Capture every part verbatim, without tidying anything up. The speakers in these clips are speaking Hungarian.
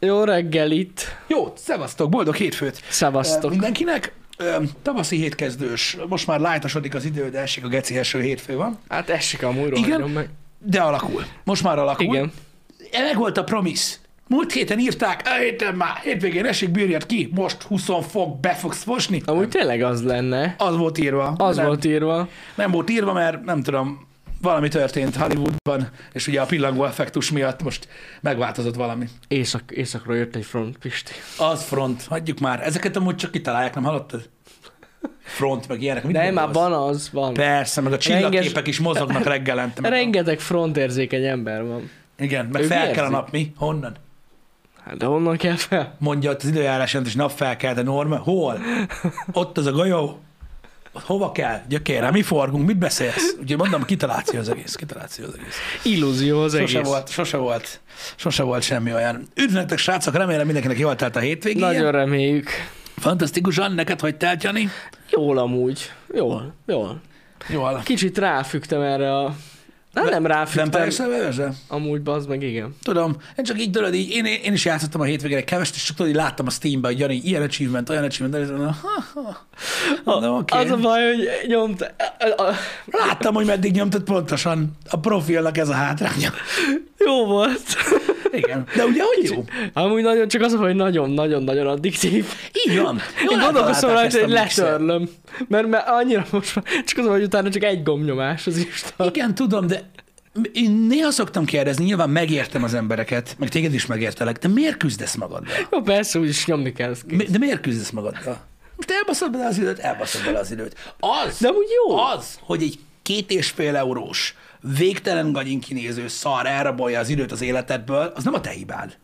Jó reggelit. Jó, szevasztok, boldog hétfőt. Szevasztok. Mindenkinek. Tavaszi hétkezdős, most már lájtosodik az idő, de esik a geci eső, hétfő van. Hát esik amúgy, Igen, meg. de alakul. Most már alakul. Igen. Meg volt a promisz. Múlt héten írták, a héten már hétvégén esik, bírjad ki, most húsz fok, be fogsz fosni. Amúgy tényleg az lenne. Az volt írva. Az nem, volt írva. Nem volt írva, mert nem tudom, valami történt Hollywoodban, és ugye a pillangó effektus miatt most megváltozott valami. Észak, északról jött egy front, Pisti. Az front, hagyjuk már. Ezeket amúgy csak kitalálják, nem hallottad? Front, meg ilyenek. Mit De gondolsz? már van az, van. Persze, meg a csillagképek Renges... is mozognak reggelente. meg a- Rengeteg frontérzékeny ember van. Igen, meg Ők fel érzik. kell a nap, mi? Honnan? Hát de honnan kell fel? Mondja ott az időjárás jelentés, nap fel kell, de norma. Hol? Ott az a golyó. Ott hova kell? Gyökére, mi forgunk, mit beszélsz? Úgyhogy mondom, kitaláció az egész, kitaláció az egész. Illúzió az Sose egész. volt, sose volt, sose volt semmi olyan. Üdvözletek, srácok, remélem mindenkinek jól telt a hétvégéje. Nagyon reméljük. Fantasztikusan, neked hogy telt, Jani? Jól amúgy. Jól, jól. Jól. Kicsit ráfügtem erre a... Nem, nem ráfügtem. Vampire Survivors-re? Amúgy bazd meg, igen. Tudom, én csak így tudod, így, én, én is játszottam a hétvégén egy kevest, és csak tudod, így láttam a Steamben, hogy Jani, ilyen achievement, olyan achievement, de ha, ha. Mondom, oké. Az a baj, hogy nyomt... a- a- Láttam, hogy meddig nyomtad pontosan. A profilnak ez a hátránya. Jó volt. Igen. De ugye, hogy jó? Amúgy nagyon, csak az a baj, hogy nagyon-nagyon-nagyon addiktív. Így van. Jól Én gondolkozom eltalálták rajta, ezt a hogy mixet. letörlöm. Mert, mert annyira most már, csak az a baj, hogy utána csak egy gombnyomás az Isten. Igen, tudom, de én néha szoktam kérdezni, nyilván megértem az embereket, meg téged is megértelek, de miért küzdesz magaddal? Jó, persze, úgyis nyomni kell. ezt ki. Mi- De miért küzdesz magaddal? Most elbaszod bele az időt, elbaszod bele az időt. Az, De amúgy jó. az, hogy egy két és fél eurós, végtelen gagyin kinéző szar elrabolja az időt az életedből, az nem a te hibád.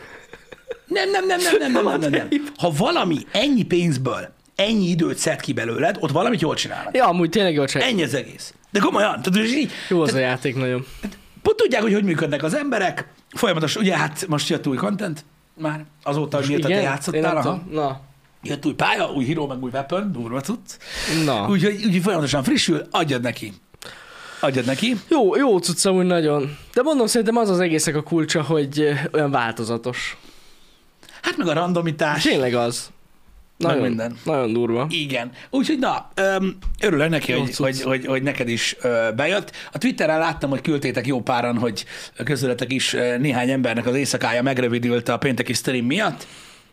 Nem, nem, nem, nem, nem, nem, nem, nem, nem. Ha valami ennyi pénzből, ennyi időt szed ki belőled, ott valamit jól csinálnak. Ja, amúgy tényleg jól csinálják. Ennyi az egész. De komolyan, tudod, és így, Jó az a játék nagyon. pont tudják, hogy hogy működnek az emberek, folyamatosan, ugye hát most jött új content, már azóta, hogy miért te Én játszottál, nem aha. tudom. Na, Jött új pálya, új hero, meg új weapon, durva cucc. na. Úgyhogy, úgyhogy folyamatosan frissül, adjad neki. Adjad neki. Jó, jó cucc amúgy nagyon. De mondom, szerintem az az egészek a kulcsa, hogy eh, olyan változatos. Hát meg a randomitás. Tényleg az. Meg Nagyon, minden. nagyon durva. Igen. Úgyhogy na, öm, örülök neki, Jó hogy, cucc. hogy, hogy, hogy neked is ö, bejött. A Twitteren láttam, hogy küldtétek jó páran, hogy közületek is ö, néhány embernek az éjszakája megrövidült a pénteki stream miatt.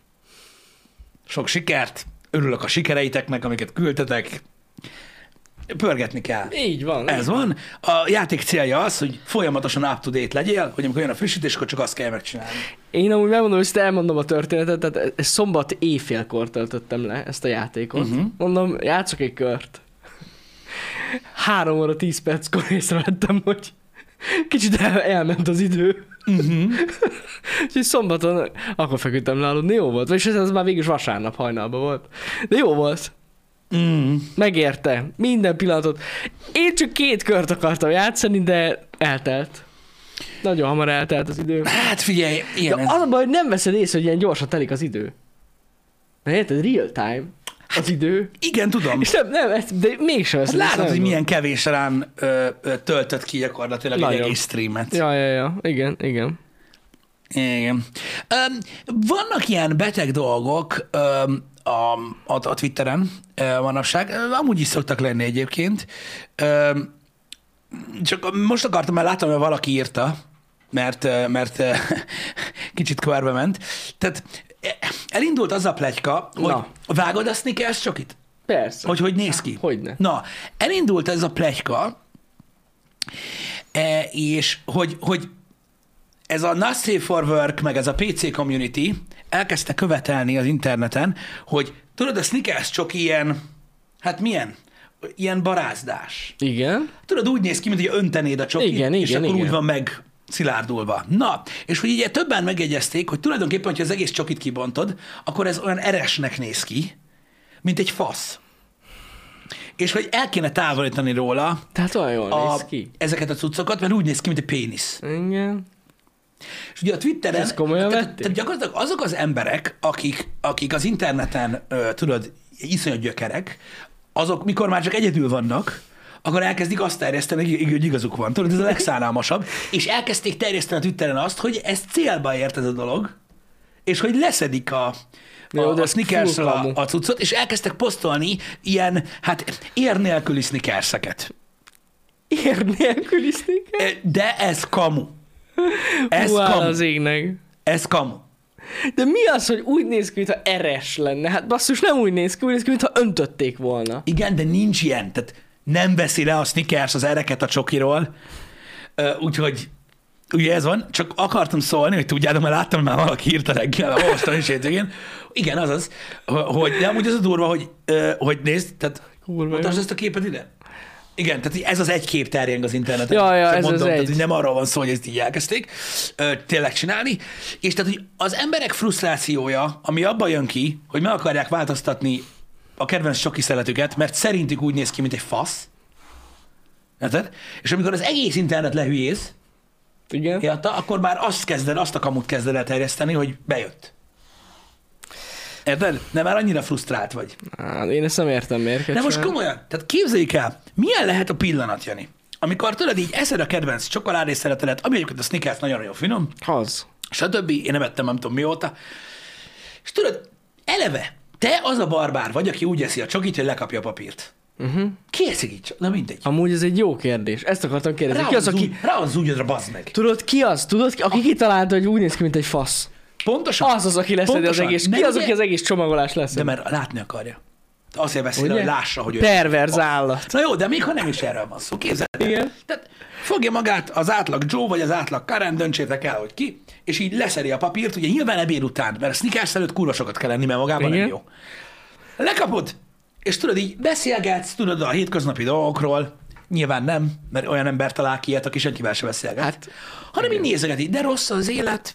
Sok sikert. Örülök a sikereiteknek, amiket küldtetek. Pörgetni kell. Így van. Ez van. A játék célja az, hogy folyamatosan up-to-date legyél, hogy amikor jön a frissítés, akkor csak azt kell megcsinálni. Én amúgy megmondom, hogy elmondom a történetet, tehát ez szombat éjfélkor töltöttem le ezt a játékot. Mhm. Mondom, játszok egy kört. Három óra, tíz perckor észrevettem, hogy kicsit el, elment az idő. Uh-huh. Úgyhogy szombaton akkor feküdtem le aludni, jó volt. És ez, ez már végül is vasárnap hajnalban volt. De jó volt. Mm. Megérte. Minden pillanatot. Én csak két kört akartam játszani, de eltelt. Nagyon hamar eltelt az idő. Hát figyelj, ilyen De ez. az a baj, hogy nem veszed észre, hogy ilyen gyorsan telik az idő. Mert érted, real time az idő. Igen, tudom. És nem, nem, ezt- de mégsem Hát veszed észre, látod, nem hogy milyen kevés rán ö, ö, töltött ki gyakorlatilag egy Nagyon. egész streamet. Ja, ja, ja. Igen, igen. Igen. Öm, vannak ilyen beteg dolgok öm, a, a, a Twitteren ö, manapság, Ö, amúgy is szoktak lenni egyébként. Öm, csak most akartam, mert láttam, hogy valaki írta, mert, ö, mert ö, kicsit körbe ment. Tehát elindult az a pletyka, hogy Na. vágod a Snickers csokit? Persze. Hogy hogy néz ki? Hogyne. Na, elindult ez a pletyka, e, és hogy, hogy ez a Not Safe for Work, meg ez a pé cé community elkezdte követelni az interneten, hogy tudod, a Snickers csoki ilyen, hát milyen? Ilyen barázdás. Igen. Tudod, úgy néz ki, mint hogy öntenéd a csokit, Igen, és igen, akkor igen. úgy van meg szilárdulva. Na, és hogy ugye többen megjegyezték, hogy tulajdonképpen, hogyha az egész csokit kibontod, akkor ez olyan eresnek néz ki, mint egy fasz. És hogy el kéne távolítani róla Tehát olyan jól a, néz ki. ezeket a cuccokat, mert úgy néz ki, mint egy pénisz. Igen. És ugye a Twitteren, Ezt komolyan tehát, vették? tehát gyakorlatilag azok az emberek, akik, akik az interneten, ö, tudod, iszonyat gyökerek, azok, mikor már csak egyedül vannak, akkor elkezdik azt terjeszteni, hogy hogy igazuk van. Tudod, ez a legszánalmasabb. És elkezdték terjeszteni a Twitteren azt, hogy ez célba ért ez a dolog, és hogy leszedik a, a, Jó, de a ez sneakersről full a, kamu. a cuccot, és elkezdtek posztolni ilyen, hát ér nélküli sneakerseket. Ér nélküli sneaker? E, De ez kamu. Ez Hú, áll kamu. az égnek. Ez kamu. De mi az, hogy úgy néz ki, mintha eres lenne? Hát basszus, nem úgy néz ki, úgy néz ki, mintha öntötték volna. Igen, de nincs ilyen. Tehát nem veszi le a sneakers az ereket a csokiról. Ö, Úgyhogy ugye ez van. Csak akartam szólni, hogy tudjátok, mert láttam, hogy már valaki írta reggel, olvastam is hétvégén. Igen, azaz, hogy de amúgy az a durva, hogy, ö, hogy nézd, tehát Kurva mutasd jó. ezt a képet ide. Igen, tehát így ez az egy kép terjeng az interneten. Ja, ja, Csak ez az mondom, tehát, egy. hogy nem arról van szó, hogy ezt így elkezdték ö, tényleg csinálni. És tehát, hogy az emberek frusztrációja, ami abban jön ki, hogy meg akarják változtatni a kedvenc csoki szeletüket, mert szerintük úgy néz ki, mint egy fasz. Érted? És amikor az egész internet lehülyéz, Igen. érte, akkor már azt kezded, azt a kamut kezded el terjeszteni, hogy bejött. Érted? De már annyira frusztrált vagy. Hát, én ezt nem értem, miért kell De most csinálni. komolyan, tehát képzeljük el, milyen lehet a pillanat, Jani, amikor tudod így eszed a kedvenc csokoládé szeretelet, ami egyébként a Snickers nagyon-nagyon finom, Az. stb. Én nem ettem nem tudom mióta, és tudod, eleve, te az a barbár vagy, aki úgy eszi a csokit, hogy lekapja a papírt. Uh-huh. Ki eszik így? Na mindegy. Amúgy ez egy jó kérdés. Ezt akartam kérdezni. Rá Ki az, az, aki... úgy, rá az úgy, bazd meg. Tudod, ki az? Tudod, ki- aki kitalálta, hogy úgy néz ki, mint egy fasz? Pontosan. Az az, aki leszedi az Pontosan. egész. Meg Ki az, ugye- aki az egész csomagolást De leszedi? mert látni akarja. Azért veszi le, Ugye? hogy lássa, hogy ő... Perverz állat. Na jó, de még ha nem is erről van szó, képzeld el. Igen. Tehát fogja magát az átlag Joe, vagy az átlag Karen, döntsétek el, hogy ki, és így leszedi a papírt, ugye nyilván ebéd után, mert a Snickers előtt kurva sokat kell lenni, mert magában nem Igen. jó. Lekapod, és tudod, így beszélgetsz, tudod a hétköznapi dolgokról, nyilván nem, mert olyan ember talál ki ilyet, aki senkivel se beszélget. Hát, hanem így nézegeti, de rossz az élet,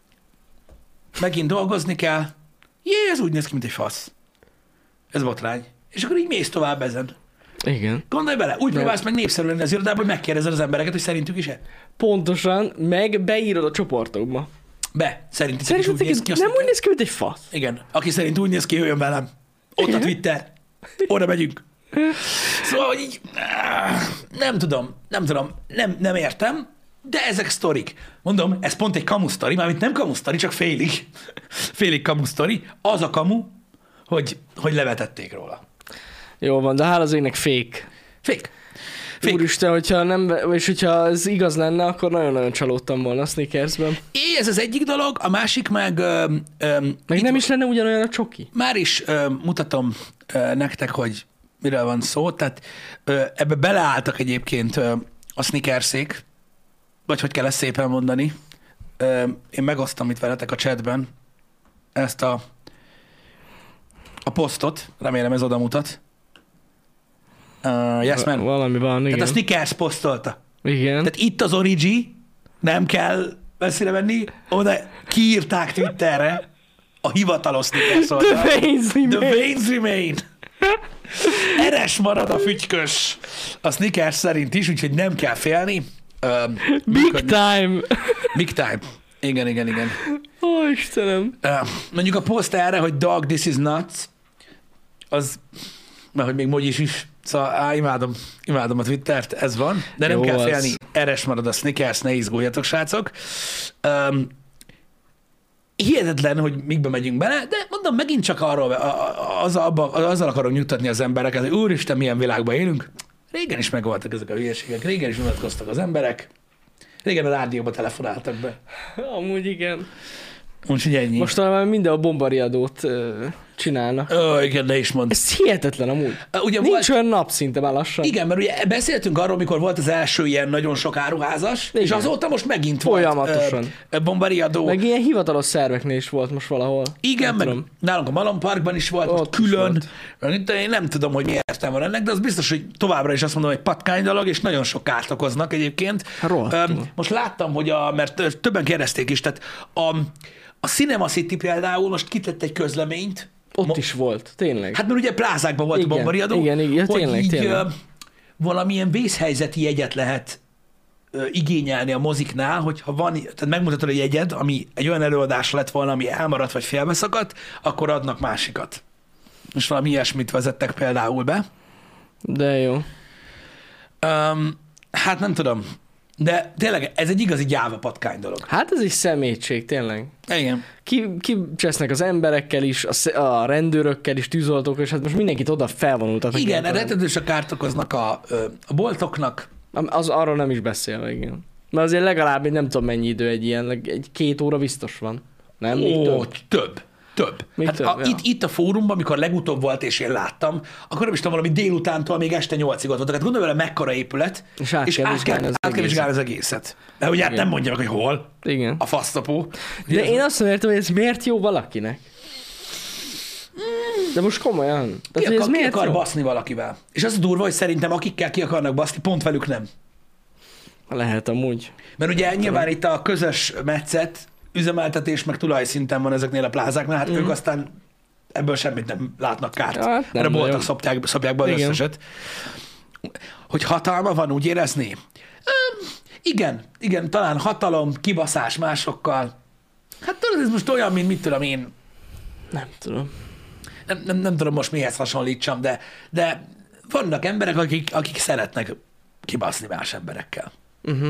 megint dolgozni kell, jé, ez úgy néz ki, mint egy fasz. Ez botrány. És akkor így mész tovább ezen. igen. Gondolj bele, úgy próbálsz meg népszerű lenni az irodában, hogy megkérdezed az embereket, hogy szerintük is-e? Pontosan, meg beírod a csoportokba. Be, szerintetek is úgy Szerintetek néz ez ki. azt nem úgy mondják. néz ki, mint egy fasz. Igen, aki szerint úgy néz ki, jöjjön velem. Ott a Twitter. Oda megyünk. Szóval, hogy így, áh, nem tudom, nem tudom, nem, nem értem, de ezek sztorik. Mondom, ez pont egy kamu sztori, mármint nem kamu sztori, csak félig. Félig kamu sztori. Az a kamu, hogy, hogy levetették róla. Jó van, de hála az égnek fake. Fék. Fék. Úristen, hogyha nem, és hogyha ez igaz lenne, akkor nagyon-nagyon csalódtam volna a Snickersben. É, ez az egyik dolog, a másik meg... Öm, öm, Meg itt nem is lenne ugyanolyan a csoki. Már is ö, mutatom ö, nektek, hogy miről van szó. Tehát ö, ebbe beleálltak egyébként ö, a Snickersék, vagy hogy kell ezt szépen mondani. Ö, én megosztom itt veletek a chatben ezt a, a posztot. Remélem ez oda mutat. Uh, yes, man. Valami van, igen. Tehát a Snickers posztolta. Igen. Tehát itt az Origi, nem kell messzire menni, oda kiírták Twitterre a hivatalos Snickers The oldalt. veins The remain. veins remain. Eres marad a fügykös a Snickers szerint is, úgyhogy nem kell félni. Um, Big time. Big time. Igen, igen, igen. Ó, Istenem. Uh, mondjuk a poszt erre, hogy dog, this is nuts, az, mert hogy még Mogyis is, szóval á, imádom, imádom a Twittert, ez van, de nem Jó kell az. félni, eres marad a Snickers, ne izguljatok, srácok. Um, hihetetlen, hogy mikbe megyünk bele, de mondom, megint csak arról, a- a- az, abba, azzal akarom nyugtatni az embereket, hogy úristen, milyen világban élünk. Régen is megvoltak ezek a hülyeségek, régen is unatkoztak az emberek, régen a rádióba telefonáltak be. Amúgy igen. Úgyhogy ennyi. Most talán már minden a bombariadót ö, csinálnak. Ó, igen, ne is mondd. Ez hihetetlen amúgy. Ö, Ugye Nincs volt, olyan nap szinte már lassan. igen, mert ugye beszéltünk arról, mikor volt az első ilyen nagyon sok áruházas, igen. És Igen. azóta most megint Folyamatosan. volt ö, bombariadó. Meg ilyen hivatalos szerveknél is volt most valahol. Igen, Nem meg tudom. nálunk a Malom Parkban is volt, most Ott is külön. Itt én nem tudom, hogy mi értelme van ennek, de az biztos, hogy továbbra is azt mondom, hogy patkány dolog, és nagyon sok kárt okoznak egyébként. Hát rohadtul. Öm, Most láttam, hogy a, mert ö, többen kérdezték is, tehát a, a Cinema City például most kitett egy közleményt. Ott Mo- is volt, tényleg. Hát mert ugye plázákban volt Igen, a bombariadó, igen, igen, hogy tényleg, így tényleg. ö, valamilyen vészhelyzeti jegyet lehet ö, igényelni a moziknál, hogyha van, tehát megmutatod a jegyed, ami egy olyan előadás lett volna, ami elmaradt vagy félbeszakadt, akkor adnak másikat. Most valami ilyesmit vezettek például be. De jó. Um, hát nem tudom. De tényleg ez egy igazi gyáva patkány dolog. Hát ez egy szemétség, tényleg. Igen. Ki, ki csesznek az emberekkel is, a, sz- a rendőrökkel is, tűzoltókkal is, hát most mindenkit oda felvonultatnak. Igen, rettetősen kárt okoznak a, a boltoknak. Az arról nem is beszélve, igen. Mert azért legalább egy nem tudom mennyi idő egy ilyen, egy két óra biztos van. Nem? Még Ó, több? több. Több. Még Hát több, a, ja. itt, itt a fórumban, amikor legutóbb volt, és én láttam, akkor nem is tudom, valami délutántól még este nyolcig ott voltak. Hát gondolj vele, mekkora épület, És át és kell át vizsgálni kell, az át kell vizsgálni az egészet. egészet. Mert ugye hát nem mondja meg, hogy hol Igen. a fasztapó. De én azt nem értem, hogy ez miért jó valakinek. De most komolyan. Ki, Tehát, hogy ez akar, ki miért akar jó? baszni valakivel. És az a durva, hogy szerintem akikkel ki akarnak baszni, pont velük nem. Lehet amúgy. Mert ugye nyilván itt a közös metszet, üzemeltetés, meg tulajszinten van ezeknél a plázáknál, hát mm. ők aztán ebből semmit nem látnak kárt. Ja, hát nem Mert a boltok nagyon. szopják, szopják be az Igen. összeset. Hogy hatalma van, úgy érezni? Öm, igen, igen, talán hatalom, kibaszás másokkal. Hát tudod, ez most olyan, mint mit tudom én, Nem tudom. nem, nem, nem tudom most mihez hasonlítsam, de, de vannak emberek, akik, akik szeretnek kibaszni más emberekkel. Uh-huh.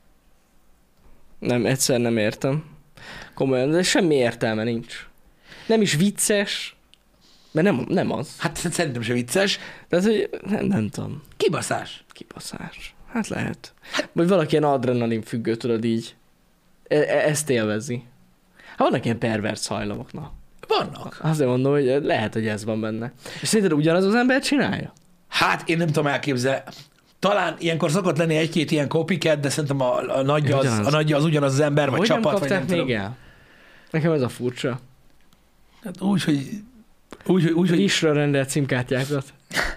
Nem, egyszer nem értem. Komolyan, de semmi értelme nincs. Nem is vicces, mert nem, nem az. Hát szerintem se vicces. Tehát, hogy nem, nem tudom. Kibaszás. Kibaszás. Hát lehet. Vagy valaki ilyen adrenalin függő, tudod így. E- e- ezt élvezi. Hát vannak ilyen pervers hajlamok, na. Vannak. Azért mondom, hogy lehet, hogy ez van benne. És szerinted ugyanaz az ember csinálja? Hát én nem tudom elképzelni. Talán ilyenkor szokott lenni egy-két ilyen copycat, de szerintem a, a, nagyja, az, Ugyanaz. a nagyja az ugyanaz az ember, vagy Hogy csapat, nem vagy kapták nem még tudom. el? Nekem ez a furcsa. Hát úgy, hogy úgy, hogy, úgy, hogy Isra rendelt címkártyákat.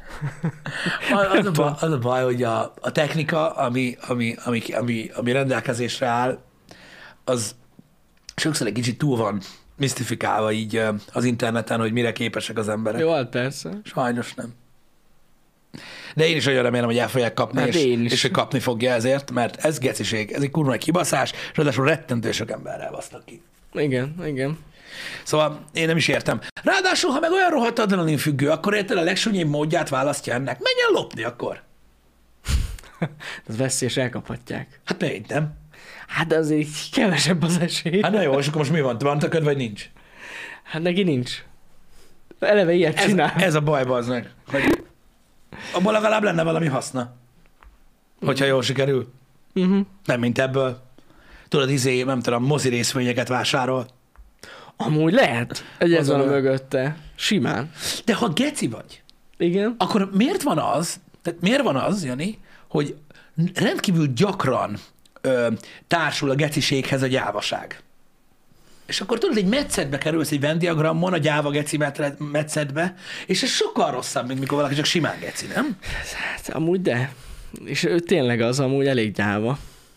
az, a baj, az a baj, hogy a, a technika, ami, ami, ami, ami, ami rendelkezésre áll, az sokszor egy kicsit túl van misztifikálva így ö, az interneten, hogy mire képesek az emberek. Jó, hát persze. Sajnos nem. De én is olyan remélem, hogy el fogják kapni, Hát és, én is. és hogy kapni fogja ezért, mert ez geciség, ez egy kurva nagy kibaszás, és ráadásul rettentő sok emberrel basznak ki. Igen, igen. Szóval én nem is értem. Ráadásul, ha meg olyan rohadt adrenalin függő, akkor érted a legsúnyibb módját választja ennek. Menjen lopni akkor. Ez veszélyes, elkaphatják. Hát miért nem? Hát de azért így kevesebb az esély. Hát na jó, és akkor most mi van? Van tököd, vagy nincs? Hát neki nincs. Eleve ilyet Ez, csinál. ez a baj, bazd meg. Hogy abból legalább lenne valami haszna. Hogyha jól sikerül. Uh-huh. Nem, mint ebből. Tudod, izé, nem tudom, mozi részvényeket vásárol. Amúgy lehet, hogy ez Az van a olyan. mögötte. Simán. De ha geci vagy, Igen. akkor miért van az, tehát miért van az, Jani, hogy rendkívül gyakran ö, társul a geciséghez a gyávaság? És akkor tudod, egy metszetbe kerülsz egy Venn diagrammon, a gyáva geci metre- metszetbe, és ez sokkal rosszabb, mint mikor valaki csak simán geci, nem? Hát amúgy de. És ő tényleg az amúgy elég gyáva.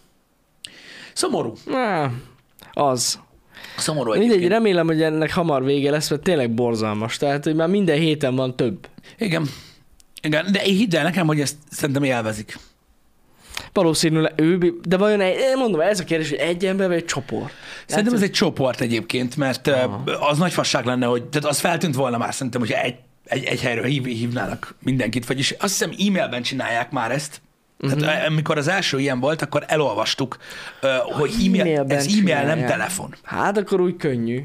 Szomorú. Á, az. Szomorú Mindegy, egyébként. remélem, hogy ennek hamar vége lesz, mert tényleg borzalmas. Tehát, hogy már minden héten van több. Igen. Igen, de én hidd el nekem, hogy ezt szerintem élvezik. Valószínűleg ő, de vajon egy, én mondom, ez a kérdés, hogy egy ember vagy egy csoport? Szerintem ez Hát, egy csoport egyébként, mert Aha. uh, az nagy fasság lenne, hogy tehát az feltűnt volna már szerintem, hogyha egy, egy, egy helyről hív, hívnának mindenkit, vagyis azt hiszem e-mailben csinálják már ezt. Uh-huh. Tehát amikor az első ilyen volt, akkor elolvastuk, uh, hogy e-mail, e-mailben ez e-mail, nem csinálják. telefon. Hát akkor úgy könnyű.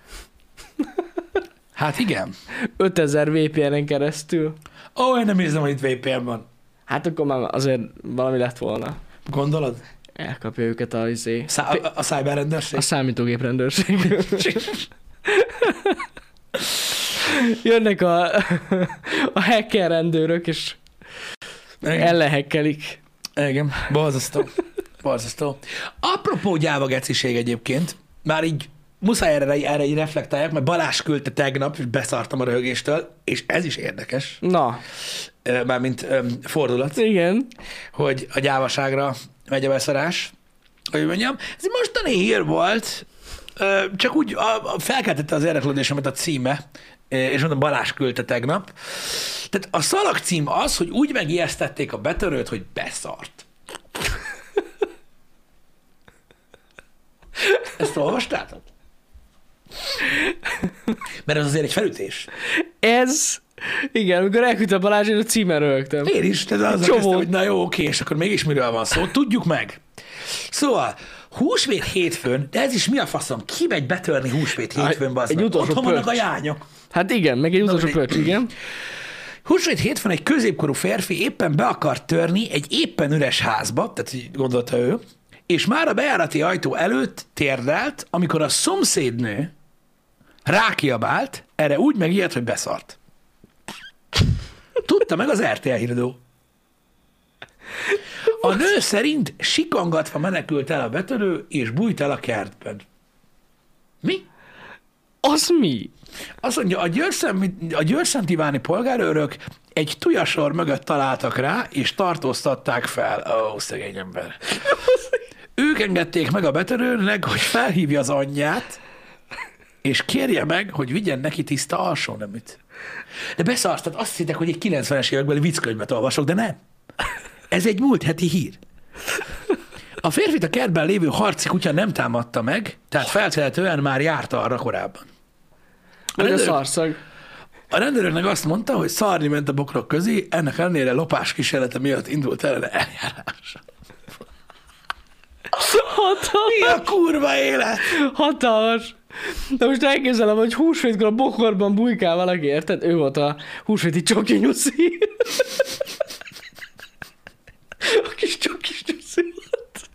Hát igen. ötezer vé pé en-en keresztül. Ó, én nem érzem, hogy itt vé pé en van. Hát akkor már azért valami lett volna. Gondolod? Elkapja őket a, izé, Szá- a, a cyberrendőrség? a számítógép rendőrség. Jönnek a, a hacker rendőrök, és Igen. ellehekkelik. Igen, borzasztó. Borzasztó. Apropó gyáva geciség egyébként, már így muszáj erre, erre így reflektálják, mert Balázs küldte tegnap, és beszartam a röhögéstől, és ez is érdekes, Na, ö, mármint ö, fordulat, igen. hogy a gyávaságra megy a beszarás. Hogy mondjam, ez egy mostani hír volt, ö, csak úgy a, a felkeltette az érdeklődésemet a címe, ö, és mondom, Balázs küldte tegnap. Tehát a szalag cím az, hogy úgy megijesztették a betörőt, hogy beszart. Ezt olvastátok? Mert ez azért egy felütés. Ez, igen, amikor elküldte Balázs, én a címen röhögtem. Én is, tehát az Csomó. kezdtem, hogy na jó, oké, és akkor mégis miről van szó. Tudjuk meg, Szóval, húsvét hétfőn, de ez is mi a faszom? Ki megy betörni húsvét hétfőn, bazd egy meg? utolsó Otthon vannak a pörcs. jányok. Hát igen, meg egy utolsó pörcs, igen. Húsvét hétfőn egy középkorú férfi éppen be akart törni egy éppen üres házba, tehát így gondolta ő, és már a bejárati ajtó előtt térdelt, amikor a szomszédnő rákiabált, erre úgy megijedt, hogy beszart. Tudta meg az er té el híradó. A nő szerint sikongatva menekült el a betörő, és bújt el a kertben. Mi? Az mi? Azt mondja, a, Győrszem, a győrszentiváni polgárőrök egy tujasor mögött találtak rá, és tartóztatták fel. Ó, szegény ember. Ők engedték meg a betörőnek, hogy felhívja az anyját, és kérje meg, hogy vigyen neki tiszta alsóneműt. De beszarsz, tehát azt hittek, hogy egy kilencvenes évekbeli vicckönyvet olvasok, de nem. Ez egy múlt heti hír. A férfit a kertben lévő harci kutya nem támadta meg, tehát feltehetően már járta arra korábban. A Meg a rendőrök, szarszag. a rendőröknek azt mondta, hogy szarni ment a bokrok közé, ennek ellenére lopás kísérlete miatt indult ellene eljárás. Hatalmas. Mi a kurva élet? Hatalmas. De most elképzelem, hogy húsvétkor a bokorban bujkál valaki, érted? Ő volt a húsvéti csoki nyuszi. A kis csokis nyuszi volt.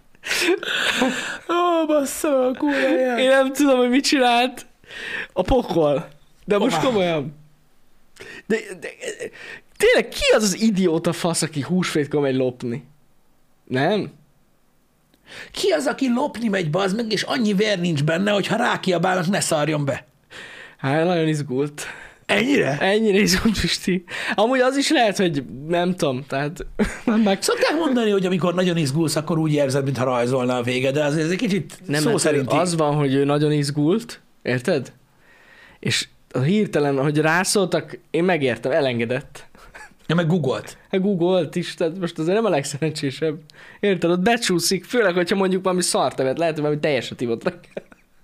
Ó, bassza, a kurva élet. Én nem tudom, hogy mit csinált. A pokol. De most komolyan. De, de, tényleg ki az az idióta fasz, aki húsvétkor megy lopni? Nem? Ki az, aki lopni megy, bazd meg, és annyi vér nincs benne, hogy ha rákiabálnak, ne szarjon be? Hát nagyon izgult. Ennyire? Ennyire izgult, Pisti. Amúgy az is lehet, hogy nem tudom, tehát nem meg... Szokták mondani, hogy amikor nagyon izgulsz, akkor úgy érzed, mintha rajzolna a vége, de azért ez egy kicsit Nem, szó mert szerint az van, hogy ő nagyon izgult, érted? És a hirtelen, hogy rászóltak, én megértem, elengedett. Ja, meg googolt. Hát Google-t is, tehát most azért nem a legszerencsésebb. Érted? Ott becsúszik, főleg, hogyha mondjuk valami szartevet, lehet, hogy valami teljeset ivott reggel.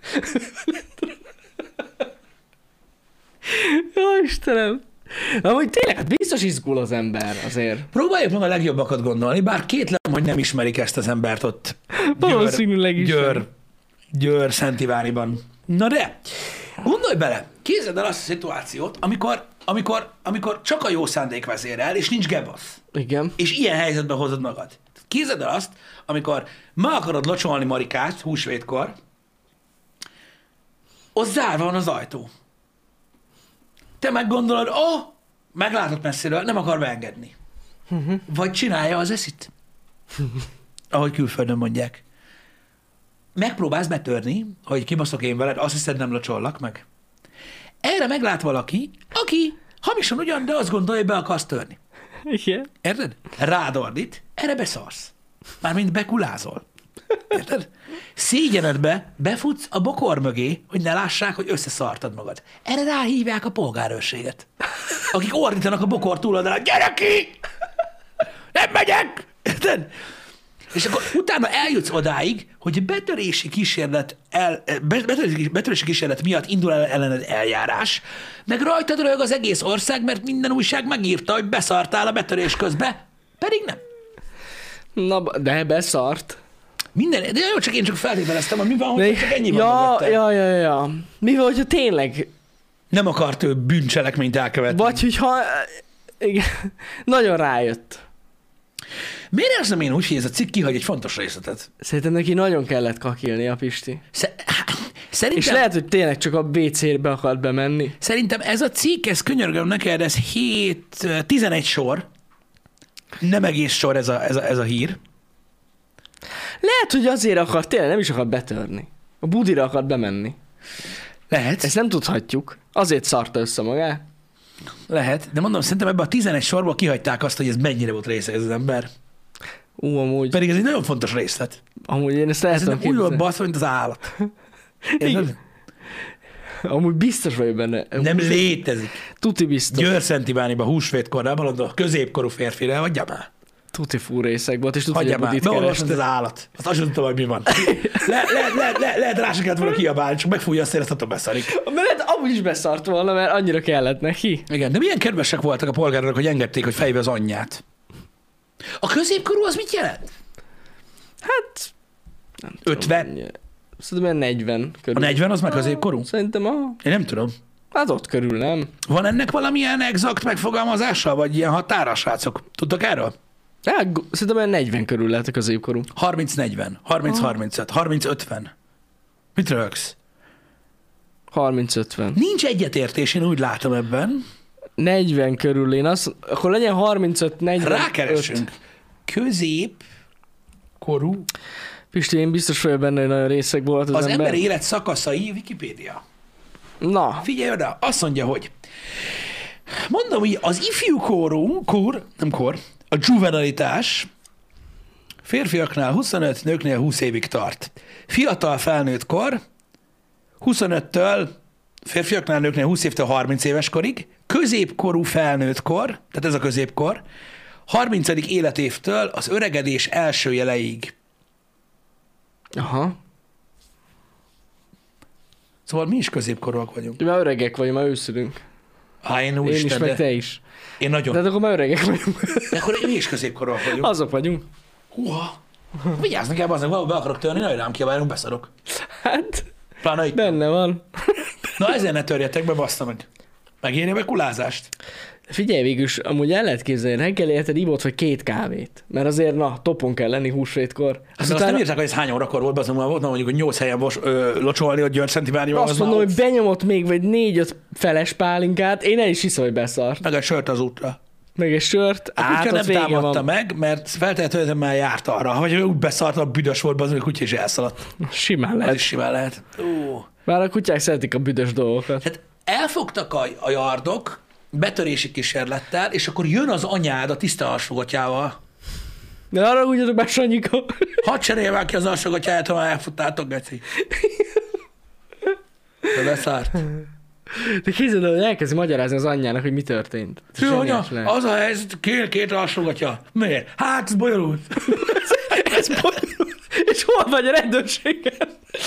Jó, Istenem. Amúgy tényleg, hát biztos izgul az ember azért. Próbáljuk meg a legjobbakat gondolni, bár kétlem, hogy nem ismerik ezt az embert ott. Valószínűleg is. Győr, Győr Szentivániban. Na de, gondolj bele, képzeld el azt a szituációt, amikor, amikor, amikor csak a jó szándék vezérel, és nincs gebasz. Igen. És ilyen helyzetben hozod magad. Képzeld el azt, amikor ma akarod locsolni Marikát húsvétkor, ott zárva van az ajtó. Te meggondolod, ó, oh, meglátod messziről, nem akar beengedni. Uh-huh. Vagy csinálja az eszit. Ahogy külföldön mondják. Megpróbálsz betörni, hogy kibaszok én veled, azt hiszed, nem locsollak meg. Erre meglát valaki, aki hamisan ugyan, de azt gondolja, hogy be akarsz törni. Igen. Érted? Rád ordít, erre beszarsz. Mármint bekulázol. Érted? Szégyenedbe befutsz a bokor mögé, hogy ne lássák, hogy összeszartad magad. Erre ráhívják a polgárőrséget. Akik ordítanak a bokor túloldalán, gyere ki! Nem megyek! Érted? És akkor utána eljutsz odáig, hogy betörési kísérlet, el, betörési, betörési kísérlet miatt indul el ellened eljárás, meg rajtad röhög az egész ország, mert minden újság megírta, hogy beszartál a betörés közbe, pedig nem. Na, de beszart. Minden, de jó, csak én csak feltételeztem, hogy mi van, hogy De, csak ennyi van ja, mögöttem. ja, ja, ja. Mi van, hogyha tényleg, Nem akart ő bűncselekményt elkövetni. vagy hogyha, igen, nagyon rájött. Miért érzem én úgy, hogy ez a cikk kihagy egy fontos részletet? Szerintem neki nagyon kellett kakilni a Pisti. Sze- Szerintem, És lehet, hogy tényleg csak a bé cé-be akart bemenni. szerintem ez a cikk, ez könyörgöm neked, ez hét, tizenegy sor. Nem egész sor ez a, ez a, ez a hír. Lehet, hogy azért akart, tényleg nem is akart betörni. A budira akart bemenni. Lehet, Ezt nem tudhatjuk. Azért szarta össze magát. lehet, de mondom, szerintem ebben a tizenegy sorból kihagyták azt, hogy ez mennyire volt része ez az ember. Ú, amúgy, Pedig ez egy nagyon fontos részlet. amúgy én ezt el tudom Szerintem úgy volt képzelni. baszva, mint az állat. Érted? Igen. Amúgy biztos vagyok benne. Nem létezik. Tuti biztos. Győr-Szentibániba húsvétkor, nem mondod, a középkorú férfire, hagyja már. Tuti fúrészek volt, és tudod, hogy Hagyja a már, budit beolvasod kereste. az állat. Azt azt sem tudtam, hogy mi van. Le, le, le, le, lehet rá se kellett volna kiabálni, csak megfújja a szél, azt beszarik. Mert amúgy is beszart volna, mert annyira kellett neki. Igen, de milyen kedvesek voltak a polgárok, hogy engedték, hogy fejbe az anyját. A középkorú az mit jelent? Hát, Nem tudom, ötven? mennyi. Szerintem ilyen negyven körül. A negyven az meg középkorú? Szerintem, aha. Én nem tudom. Hát ott körül, nem? Van ennek valamilyen exakt megfogalmazása, vagy ilyen határa, srácok? Tudtok erről? Hát, g- szerintem olyan negyven körül lehet a középkorú. harminc negyven, harminc harmincöt, harminc ötven. Mit rögsz? harminc ötven. Nincs egyetértés, én úgy látom ebben. negyven körül én azt, akkor legyen harmincöt negyven. Rákeresünk. Közép korú. Pisti, én biztos vagyok benne, hogy nagyon részeg volt az, Az ember. ember élet szakaszai, Wikipédia. Na, Figyelj oda, azt mondja, hogy mondom, hogy az ifjú korú, kor, nem kor, a juvenilitás férfiaknál huszonöt, nőknél húsz évig tart. Fiatal felnőtt kor huszonöttől férfiaknál, nőknél húsz évtől harminc éves korig, középkorú felnőtt kor, tehát ez a középkor, harmincadik életévtől az öregedés első jeleig. aha. Szóval mi is középkorúak vagyunk. Mi már öregek vagyunk, már őszülünk. Há, én Én is, úristen, meg de te is. én nagyon. De hát akkor már öregek vagyunk. De akkor mi is középkorúak vagyunk. Azok vagyunk. Húha. Vigyázz nekem, az valahol be akarok törni, nagyon rám kiabálunk, beszarok. Hát, Pláne itt. benne van. Na ezért ne törjetek be, bassza meg. Megérje meg kulázást. Figyelj, végülis amúgy el lehet képzelni, reggel érted ivott vagy két kávét. Mert azért, na, topon kell lenni húsvétkor. Azt, azt nem írták, hogy ez hány órakor volt, azon már volt, mondjuk, hogy nyolc helyen vos, ö, locsolni, hogy György Szenti Máriában. Azt mondom, hogy benyomott még vagy négy-öt feles pálinkát, én el is hiszem, hogy beszart. Meg egy sört az útra. Meg egy sört, A át, kutya ott nem vége támadta van. meg, mert feltehetően már járt arra. Vagy úgy beszart, a büdös volt, az, hogy a kutya is elszaladt. Simán Ez lehet. is simán lehet. Ó. Már a kutyák szeretik a büdös dolgokat. Tehát elfogtak a, a yardok betörési kísérlettel, és akkor jön az anyád a tiszta alsógatyával. De arra úgy, be, Sanyika. Hadd cserélj már ki az alsógatyáját, ha már elfuttátok, geci. De beszárt. De képzeld el, hogy elkezdi magyarázni az anyjának, hogy mi történt. Ez Fű, anya, zseniális lehet. az a helyzet, két, két alsógatya. Miért? Hát, ez bonyolult. Ez bonyolult. És hol vagy a rendőrségen?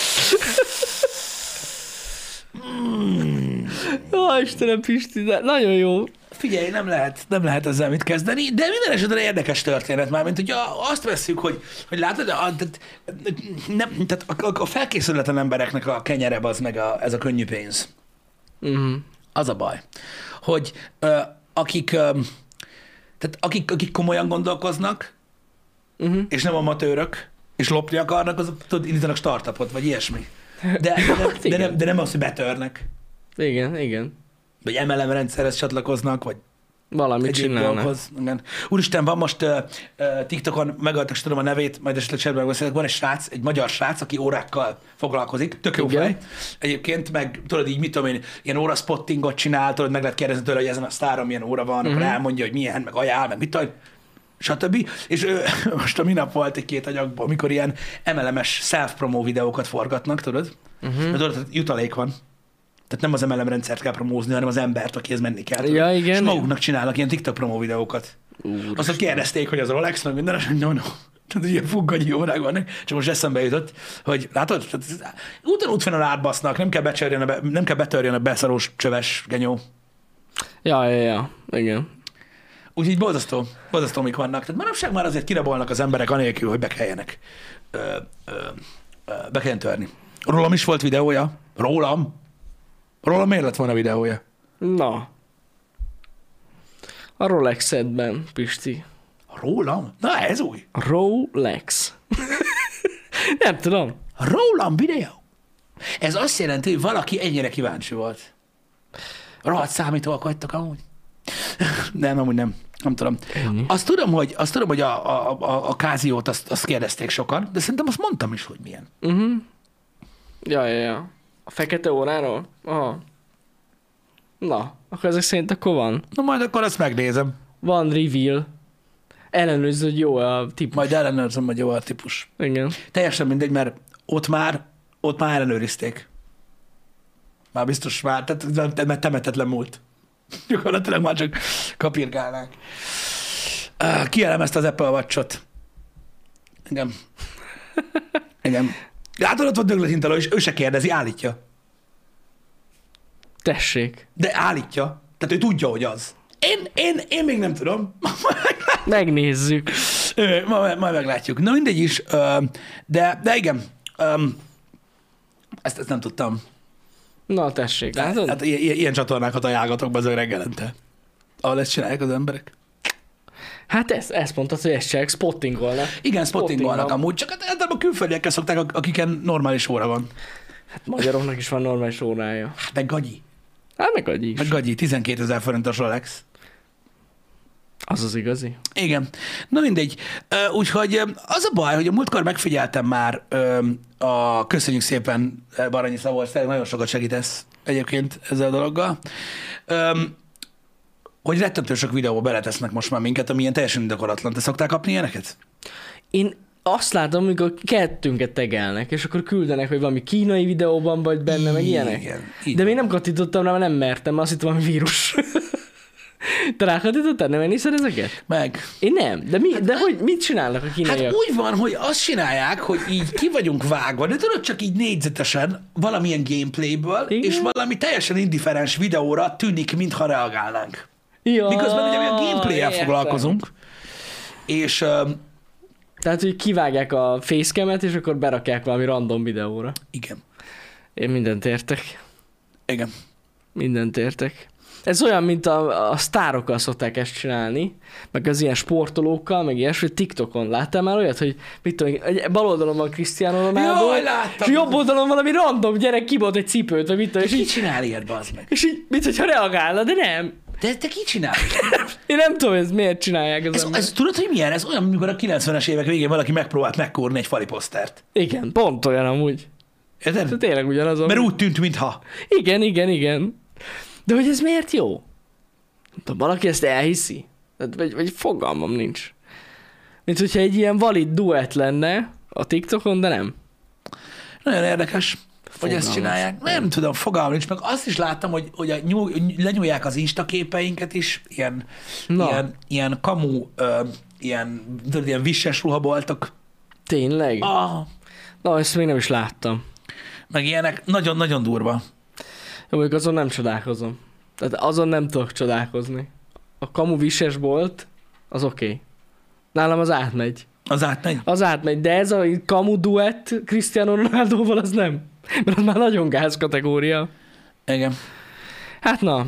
Ó, Istenem, Pisti, de nagyon jó. Figyelj, nem lehet, nem lehet ezzel mit kezdeni, de minden esetre érdekes történet már, mint hogy azt vesszük, hogy, hogy látod, a, tehát, nem, tehát a, a felkészületlen embereknek a kenyere az meg a, ez a könnyű pénz. Uh-huh. Az a baj, hogy ö, akik, ö, tehát akik, akik komolyan gondolkoznak, Uh-huh. és nem amatőrök, és lopni akarnak, azok tudod, indítanak startupot, vagy ilyesmi. De, de, nem, de, nem, de nem az, hogy betörnek, Igen, igen. vagy em el em rendszerhez csatlakoznak, vagy Valamit egyéb csinálnak. dolgokhoz. Igen. Úristen, van most uh, uh, TikTokon, megadtak, tudom a nevét, majd esetleg csetben beszélek, van egy srác, egy magyar srác, aki órákkal foglalkozik, tök jó Igen. fej. Egyébként meg tudod így, mit tudom én, ilyen óraspottingot csinál, tudod, meg lehet kérdezni tőle, hogy ezen a sztáron milyen óra van, uh-huh. akkor elmondja, hogy milyen, meg ajánl, meg mit tudom, stb. És ő, most a minap volt egy két anyagban, amikor ilyen em el em-es self-promo videókat forgatnak, tudod? Uh-huh. Mert tudod, jutalék van. Tehát nem az em el em rendszert kell promózni, hanem az embert, akihez menni kell. tudod? Ja, igen. És maguknak csinálnak ilyen TikTok promó videókat. Aztán kérdezték, hogy az Rolex, meg minden, és no, no. Tehát ilyen fugganyi órák vannak. Csak most eszembe jutott, hogy látod, úton útfenn átbasznak, nem kell, becsörjön a be, nem kell betörjön a beszarós csöves genyó. Ja, ja, ja. Igen. Úgyhogy borzasztó, borzasztó, mik vannak. Tehát manapság már azért kirabolnak az emberek anélkül, hogy be kelljenek. Ö, ö, ö, be kelljen törni. Rólam is volt videója. Rólam? Rólam miért lett volna videója? Na. A Rolex-edben, Pisti. Rólam? Na, ez új. Rolex. Nem tudom. Rólam videó? Ez azt jelenti, hogy valaki ennyire kíváncsi volt. Rohadt számítóak vagytok amúgy? Nem, amúgy nem. Nem tudom. Ennyi. Azt tudom, hogy, azt tudom, hogy a, a, a, a Káziót azt, azt kérdezték sokan, de szerintem azt mondtam is, hogy milyen. Uh-huh. Ja, ja, ja. A fekete óráról? Aha. Na, akkor ezek szerint akkor van. Na majd akkor azt megnézem. Van reveal. Ellenőrző, hogy jó a típus. Majd ellenőrzöm, hogy jó a típus. Igen. Teljesen mindegy, mert ott már, ott már ellenőrizték. Már biztos már, tehát mert temetetlen múlt. Gyakorlatilag már csak kapirgálnák. Uh, Kielemezte az Apple Watch-ot. Igen. Igen. Látod, ott van Döglet Intel, és ő se kérdezi, állítja. Tessék. De állítja. Tehát ő tudja, hogy az. Én, én, én még nem tudom. Megnézzük. Ö, Majd, majd meglátjuk. Na mindegy is, ö, de, de igen, ö, ezt, ezt nem tudtam. Na tessék, látod? Hát ilyen, ilyen csatornákat ajánlgatok be azok reggelente. Ahol ezt csinálják az emberek. Hát ezt, ezt mondtad, hogy ezt csinálják, spottingolnak. Igen, spottingolnak Spotting amúgy, csak hát általában külföldiekkel szokták, ak- akiken normális óra van. Hát magyaroknak is van normális órája. Hát meg gagyi. Hát meg adj is. Meg gagyi, tizenkétezer forintos Rolex. Az az igazi. Igen. Na mindegy. Ö, Úgyhogy ö, az a baj, hogy a múltkor megfigyeltem már ö, a köszönjük szépen Baranyi Szabolcs, tényleg nagyon sokat segítesz egyébként ezzel a dologgal, ö, hogy rettentő sok videóba beletesznek most már minket, ami ilyen teljesen indokolatlan. Te szoktál kapni ilyeneket? Én azt látom, amikor kettőnket tegelnek, és akkor küldenek, hogy valami kínai videóban vagy benne, meg ilyenek. Igen, így De van. még nem kattintottam rá, mert nem mertem, mert azt hittem, valami vírus. Te rákattintottál? Nem elnézed ezeket? Meg. Én nem. De, mi, de hogy mit csinálnak a Hát kínaiak? úgy van, hogy azt csinálják, hogy így ki vagyunk vágva, de tudod, csak így négyzetesen valamilyen gameplayből, Igen. és valami teljesen indifferens videóra tűnik, mintha reagálnánk. Ja, Miközben ugye mi a gameplay-el értem. foglalkozunk, és uh, Tehát, hogy kivágják a facecamet, és akkor berakják valami random videóra. igen, Én mindent értek. igen. Mindent értek. Ez olyan, mint a, a sztárokkal szokták ezt csinálni, meg az ilyen sportolókkal, meg ilyesmi, TikTokon. Láttál már olyat, hogy mit tudom, egy bal oldalon van Cristiano Ronaldo, Jaj, láttam. és jobb oldalon valami random gyerek kibolt egy cipőt, vagy mit tudom, és Ki így, csinál ilyet, bazd meg? és így, mint hogyha reagálna, de nem. De te ki csinál? Én nem tudom, ez miért csinálják az Ez, emberek. ez, tudod, hogy milyen? Ez olyan, amikor a kilencvenes évek végén valaki megpróbált megkórni egy fali posztert. Igen, pont olyan amúgy. Érted? De tényleg ugyanaz. Mert úgy tűnt, mintha. Igen, igen, igen. De hogy ez miért jó? Nem tudom, valaki ezt elhiszi? Tehát, vagy, vagy fogalmam nincs. Mint hogyha egy ilyen valid duett lenne a TikTokon, de nem. Nagyon érdekes, hogy Fogalmas. ezt csinálják. Nem tudom, fogalmam nincs, meg azt is láttam, hogy, hogy a nyúl, lenyúlják az Insta képeinket is, ilyen, Na. ilyen, ilyen kamu, ö, ilyen, tudod, ilyen visses ruhaboltok, Tényleg? ah, Na, ezt még nem is láttam. meg ilyenek, nagyon-nagyon durva. Jó, mondjuk azon nem csodálkozom. Tehát azon nem tudok csodálkozni. A kamu vises bolt, az oké. Okay. Nálam az átmegy. Az átmegy. Az átmegy, de ez a kamu duett Cristiano Ronaldoval az nem. Mert az már nagyon gáz kategória. Igen. Hát na.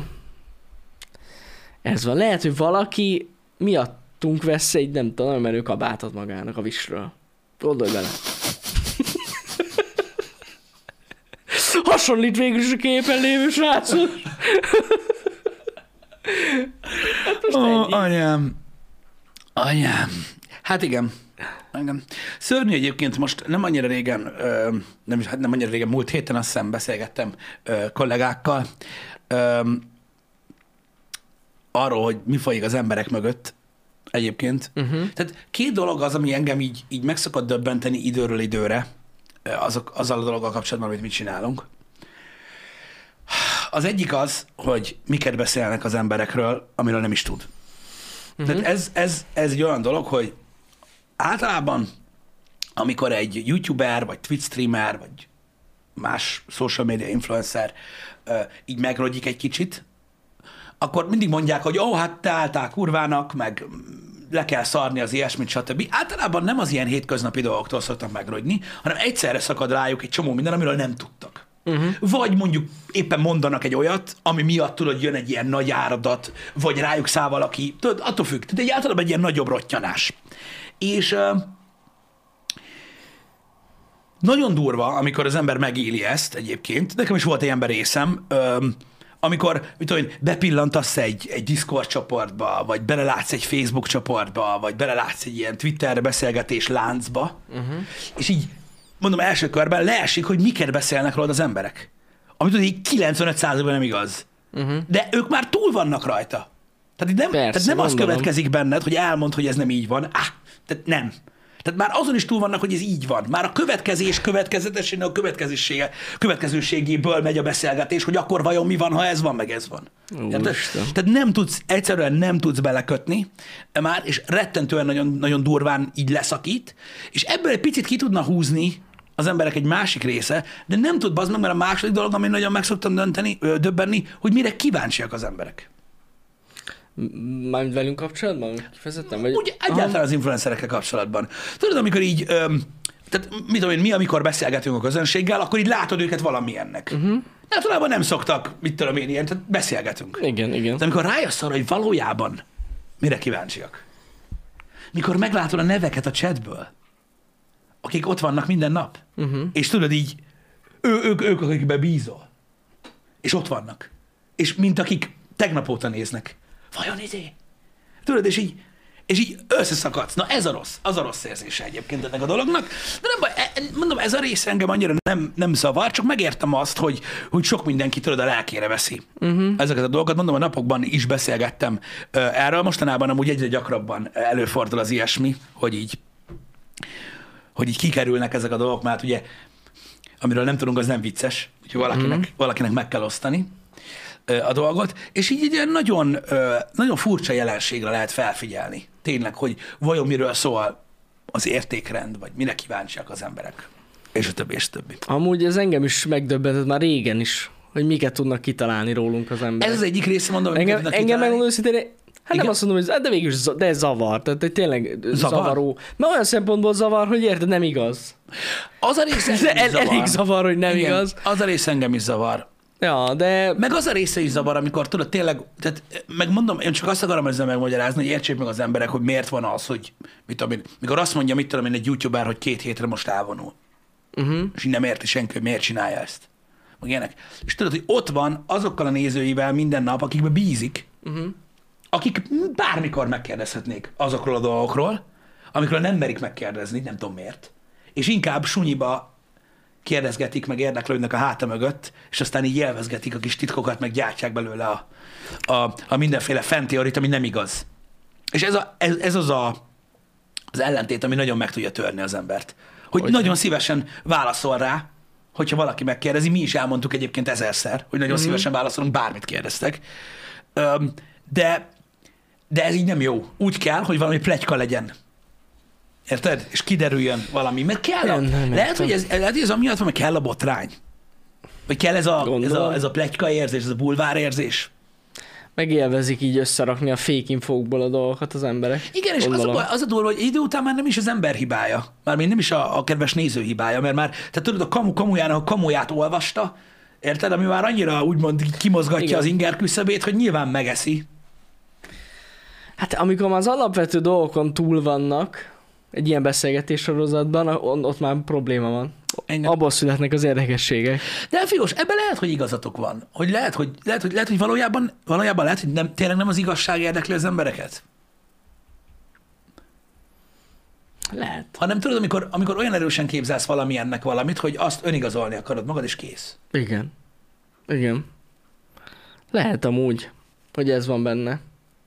Ez van. Lehet, hogy valaki miattunk vesz egy, nem tudom, nagyon menő kabátot magának a visről. Gondolj bele. Hasonlít végül is a képen lévő srácot. Hát most Ó, ennyi. anyám. Anyám. Hát igen. Igen. Szörnyű egyébként, most nem annyira régen, ö, nem, is- hát nem annyira régen, múlt héten azt hiszem beszélgettem ö, kollégákkal ö, arról, hogy mi folyik az emberek mögött egyébként. Uh-huh. Tehát két dolog az, ami engem így, így meg szokott döbbenteni időről időre, ö, azok, azzal a dologgal kapcsolatban, amit mit csinálunk. Az egyik az, hogy miket beszélnek az emberekről, amiről nem is tud. Uh-huh. Tehát ez, ez, ez egy olyan dolog, hogy általában, amikor egy youtuber, vagy Twitch streamer, vagy más social media influencer ö, így megrogyik egy kicsit, akkor mindig mondják, hogy ó, hát te álltál kurvának, meg le kell szarni az ilyesmit, stb. Általában nem az ilyen hétköznapi dolgoktól szoktak megrogyni, hanem egyszerre szakad rájuk egy csomó minden, amiről nem tudtak. Uh-huh. Vagy mondjuk éppen mondanak egy olyat, ami miatt tudod, jön egy ilyen nagy áradat, vagy rájuk száll valaki, tudod, attól függ. Tehát egy általában egy ilyen nagyobb rottyanás. És uh, nagyon durva, amikor az ember megéli ezt egyébként. Nekem is volt egy ember részem, um, amikor, mit tudom én, bepillantasz egy, egy Discord csoportba, vagy belelátsz egy Facebook csoportba, vagy belelátsz egy ilyen Twitter beszélgetés láncba, uh-huh. és így, mondom, első körben leesik, hogy miket beszélnek rólad az emberek. Amit tudod, így kilencvenöt százalékban nem igaz. Uh-huh. De ők már túl vannak rajta. Tehát, így nem, Persze, tehát nem az gondolom. következik benned, hogy elmond, hogy ez nem így van. Ah, tehát nem. Tehát már azon is túl vannak, hogy ez így van. Már a következés következetességnek a következősége, következőségéből megy a beszélgetés, hogy akkor vajon mi van, ha ez van, meg ez van. Tehát, tehát nem tudsz, egyszerűen nem tudsz belekötni már, és rettentően nagyon, nagyon durván így leszakít, és ebből egy picit ki tudna húzni az emberek egy másik része, de nem tud bazd meg, mert a második dolog, ami nagyon meg szoktam dönteni, ö, döbbenni, hogy mire kíváncsiak az emberek. Mármint velünk kapcsolatban? Kifejezetten? Vagy... Úgy egyáltalán az influencerekkel kapcsolatban. Tudod, amikor így, öm, tehát mit tudom én, mi, amikor beszélgetünk a közönséggel, akkor így látod őket valamilyennek. Uh-huh. Általában nem szoktak, mit tudom én, ilyen, tehát beszélgetünk. Igen, igen. De amikor rájössz arra, hogy valójában mire kíváncsiak, mikor meglátod a neveket a chatből, akik ott vannak minden nap, uh-huh. és tudod így, ő, ők, ők, akikben bízol, és ott vannak, és mint akik tegnap óta néznek, vajon izé? Tudod, és így, és így összeszakadsz. Na ez a rossz, az a rossz érzése egyébként ennek a dolognak. De nem baj, mondom, ez a rész engem annyira nem, nem zavar, csak megértem azt, hogy, hogy sok mindenki tudod a lelkére veszi uh-huh. ezeket a dolgokat. Mondom, a napokban is beszélgettem erről, mostanában amúgy egyre gyakrabban előfordul az ilyesmi, hogy így, hogy így kikerülnek ezek a dolgok, mert ugye amiről nem tudunk, az nem vicces, úgyhogy valakinek, uh-huh. valakinek meg kell osztani a dolgot, és így egy ilyen nagyon, nagyon furcsa jelenségre lehet felfigyelni. Tényleg, hogy vajon miről szól az értékrend, vagy mire kíváncsiak az emberek, és a többi, és a többi. Amúgy ez engem is megdöbbentett már régen is, hogy miket tudnak kitalálni rólunk az emberek. Ez az egyik része, mondom, hogy engem, engem megmondom őszintén, hát igen? Nem azt mondom, hogy de végül is de ez zavar, tehát tényleg zavar? zavaró. Mert olyan szempontból zavar, hogy érted, nem igaz. Az a része engem is zavar. Elég zavar, hogy nem igen, igaz. Az a része engem is zavar. Ja, de... Meg az a része is zavar, amikor tudod, tényleg, tehát megmondom, én csak azt akarom ezzel megmagyarázni, hogy értsék meg az emberek, hogy miért van az, hogy mit tudom én, mikor azt mondja, mit tudom én, egy youtuber, hogy két hétre most elvonul. Uh-huh. És így nem érti senki, hogy miért csinálja ezt. Meg ilyenek. És tudod, hogy ott van azokkal a nézőivel minden nap, akikbe bízik, uh-huh. akik bármikor megkérdezhetnék azokról a dolgokról, amikről nem merik megkérdezni, nem tudom miért. És inkább sunyiba kérdezgetik, meg érdeklődnek a háta mögött, és aztán így élvezgetik a kis titkokat, meg gyártják belőle a, a, a mindenféle fenteorit, ami nem igaz. És ez, a, ez, ez az a, az ellentét, ami nagyon meg tudja törni az embert. Hogy, hogy nagyon szívesen válaszol rá, hogyha valaki megkérdezi, mi is elmondtuk egyébként ezerszer, hogy nagyon mm-hmm. szívesen válaszolunk, bármit kérdeztek. De, de ez így nem jó. Úgy kell, hogy valami pletyka legyen. Érted? És kiderüljön valami. Mert kell a... Nem, nem lehet, hogy ez, lehet, hogy ez amiatt van, mert kell a botrány. Vagy kell ez a, ez a, ez a pletyka érzés, ez a bulvár érzés. Megélvezik így összerakni a fake infókból a dolgokat az emberek. Igen, és az a, baj, az a durva, hogy idő után már nem is az ember hibája. Már még nem is a, a kedves néző hibája, mert már, tehát tudod, a kamu kamujának a kamuját olvasta, érted? Ami már annyira úgymond kimozgatja igen. az inger küszöbét, hogy nyilván megeszi. Hát amikor már az alapvető dolgokon túl vannak, egy ilyen beszélgetés sorozatban, ott már probléma van. Engem. Abból születnek az érdekességek. De fiós, ebben lehet, hogy igazatok van. Hogy lehet, hogy, lehet, hogy, lehet, hogy valójában, valójában lehet, hogy nem, tényleg nem az igazság érdekli az embereket? Lehet. Hanem tudod, amikor, amikor olyan erősen képzelsz valamilyennek valamit, hogy azt önigazolni akarod magad, és kész. Igen. Igen. Lehet amúgy, hogy ez van benne.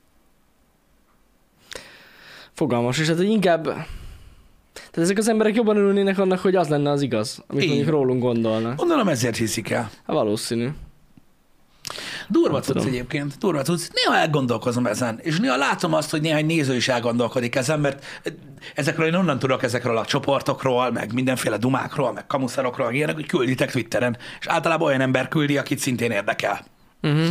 Fogalmas, és hát inkább... Tehát ezek az emberek jobban örülnének annak, hogy az lenne az igaz, amit Én. mondjuk rólunk gondolnak. Gondolom ezért hiszik el. Hát valószínű. Durva tudsz egyébként, durva tudsz. Néha elgondolkozom ezen, és néha látom azt, hogy néhány néző is elgondolkodik ezen, mert ezekről én onnan tudok, ezekről a csoportokról, meg mindenféle dumákról, meg kamuszarokról, ilyenek, hogy külditek Twitteren, és általában olyan ember küldi, akit szintén érdekel. Uh-huh.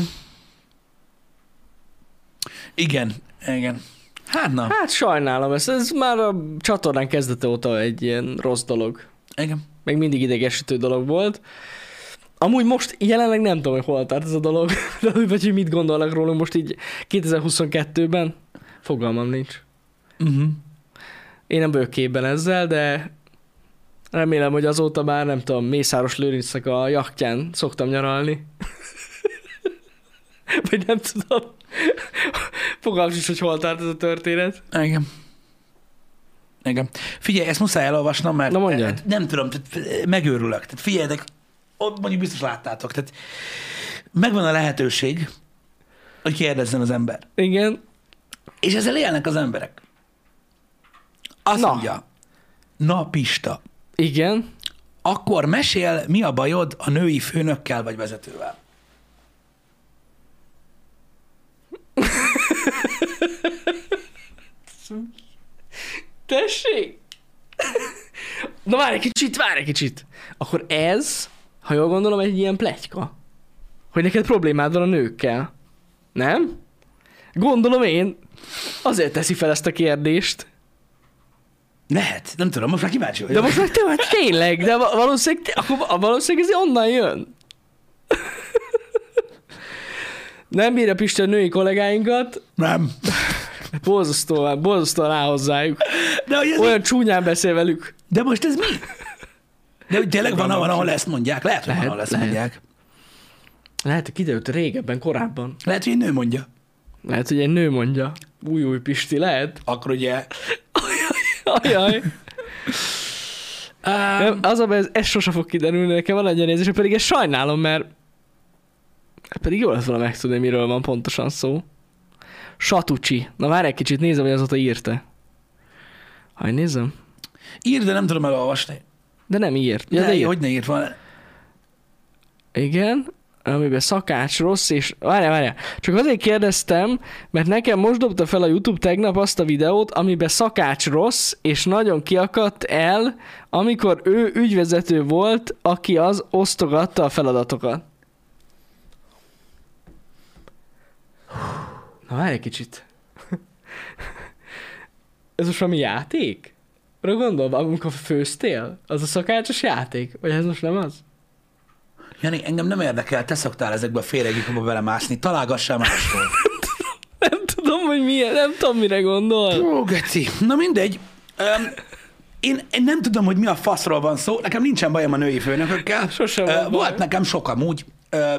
Igen, igen. Hát na. Hát sajnálom ezt, ez már a csatornán kezdete óta egy ilyen rossz dolog. Igen. Meg mindig idegesítő dolog volt. Amúgy most jelenleg nem tudom, hogy hol tart ez a dolog, vagy hogy mit gondolnak rólunk most így kétezer-huszonkettőben. Fogalmam nincs. Uh-huh. Én nem vagyok képben ezzel, de remélem, hogy azóta már nem tudom, Mészáros Lőrincnek a jachtján szoktam nyaralni. Vagy nem tudom. Fogalmam is, hogy hol tart ez a történet. Igen. Igen. Figyelj, ezt muszáj elolvasnom, mert Na nem tudom, megőrülök. Tehát figyeljetek, ott mondjuk biztos láttátok. Tehát megvan a lehetőség, hogy kérdezzen az ember. Igen. És ezzel élnek az emberek. Azt Na. mondja, na Pista. Igen. Akkor mesél, mi a bajod a női főnökkel vagy vezetővel? Tessék? Na várj egy kicsit, várj egy kicsit. Akkor ez, ha jól gondolom, egy ilyen pletyka. Hogy neked problémád van a nőkkel. Nem? Gondolom én. Azért teszi fel ezt a kérdést. Lehet, nem tudom, most már kíváncsi vagyok. De most meg tényleg, tényleg, de valószínűleg, akkor valószínűleg ez onnan jön. Nem bírja Pisti a női kollégáinkat. Nem. Borzasztóan, borzasztóan rá hozzájuk. De, hogy ez Olyan így... csúnyán beszél velük. De most ez mi? De hogy tényleg van, van, ahol ezt mondják? Lehet, hogy Lehet, van, ahol ezt lehet. mondják. Lehet, hogy kiderült régebben, korábban. Lehet, hogy egy nő mondja. Lehet, hogy egy nő mondja. Új, új, Pisti, lehet? Akkor ugye... Ajaj. Um, Nem, az a ez, ez sose fog kiderülni, nekem van egy olyan érzés, pedig ezt sajnálom, mert pedig jó lett volna megtudni, miről van pontosan szó. Satucci. Na várj egy kicsit, nézem, hogy azóta írta. Haj, nézem. ír, de nem tudom elolvasni. De nem írt. Ja, Ja, de de írt. hogy ne írt van. Igen, amiben szakács rossz, és várjál, várjál. Csak azért kérdeztem, mert nekem most dobta fel a YouTube tegnap azt a videót, amiben szakács rossz, és nagyon kiakadt el, amikor ő ügyvezető volt, aki az osztogatta a feladatokat. Na várj egy kicsit. Ez most valami játék? Arra gondolva, amikor főztél? Az a szakácsos játék? Vagy ez most nem az? Jani, engem nem érdekel, te szoktál ezekbe a félregikbe belemászni. Találgassál máshol. Nem tudom, hogy milyen, nem tudom, mire gondol. Ó, geci. Na mindegy. Um, én, én nem tudom, hogy mi a faszról van szó. Nekem nincsen bajom a női főnökökkel. Sosem Uh, van baj. Volt nekem sok amúgy. Uh,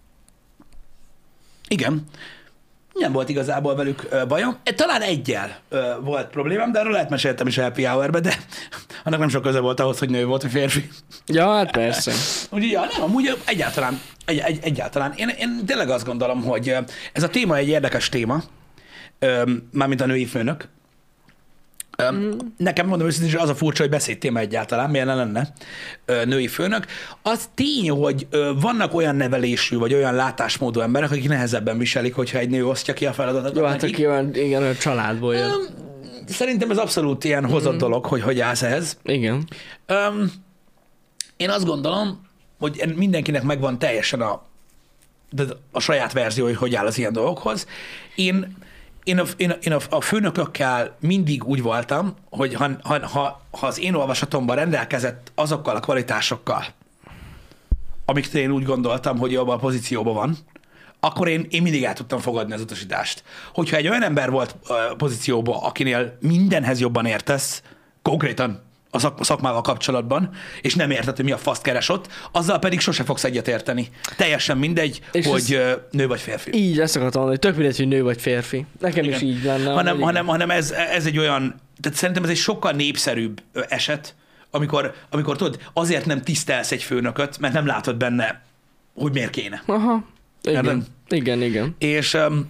igen. Nem volt igazából velük uh, bajom. E, Talán egyel uh, volt problémám, de erről lehet meséltem is a Happy Hour-be, de annak nem sok köze volt ahhoz, hogy nő volt, vagy férfi. Ja, hát persze. Úgyhogy ja, nem, amúgy egyáltalán, egy, egy, egyáltalán. Én, én tényleg azt gondolom, hogy ez a téma egy érdekes téma, öm, mármint a női főnök. Öm, mm. Nekem mondom őszintén, hogy az a furcsa, hogy beszédtéma egyáltalán, milyen lenne ö, női főnök. Az tény, hogy ö, vannak olyan nevelésű, vagy olyan látásmódú emberek, akik nehezebben viselik, hogyha egy nő osztja ki a feladatot. Jó, hát aki olyan, igen, olyan családból jön. Öm, Szerintem ez abszolút ilyen hozott mm. dolog, hogy hogy állsz ehhez. Igen. Öm, Én azt gondolom, hogy mindenkinek megvan teljesen a, de a saját verzió, hogy hogy áll az ilyen dolgokhoz. Én, én, a, én, a, én a, a főnökökkel mindig úgy voltam, hogy ha, ha, ha, ha az én olvasatomban rendelkezett azokkal a kvalitásokkal, amiktől én úgy gondoltam, hogy abban a pozícióban van, akkor én, én mindig el tudtam fogadni az utasítást. Hogyha egy olyan ember volt a pozícióban, akinél mindenhez jobban értesz, konkrétan a szak, szakmával kapcsolatban, és nem érted, hogy mi a faszt keres ott, azzal pedig sose fogsz egyet érteni. Teljesen mindegy, és hogy ez, nő vagy férfi. Így ezt akartam mondani, hogy tök mindegy, hogy nő vagy férfi. Nekem igen. is így lenne. Hanem, hanem, hanem ez, ez egy olyan, tehát szerintem ez egy sokkal népszerűbb eset, amikor, amikor tudod, azért nem tisztelsz egy főnököt, mert nem látod benne, hogy miért kéne. Aha, igen, Érden? igen, igen. És um,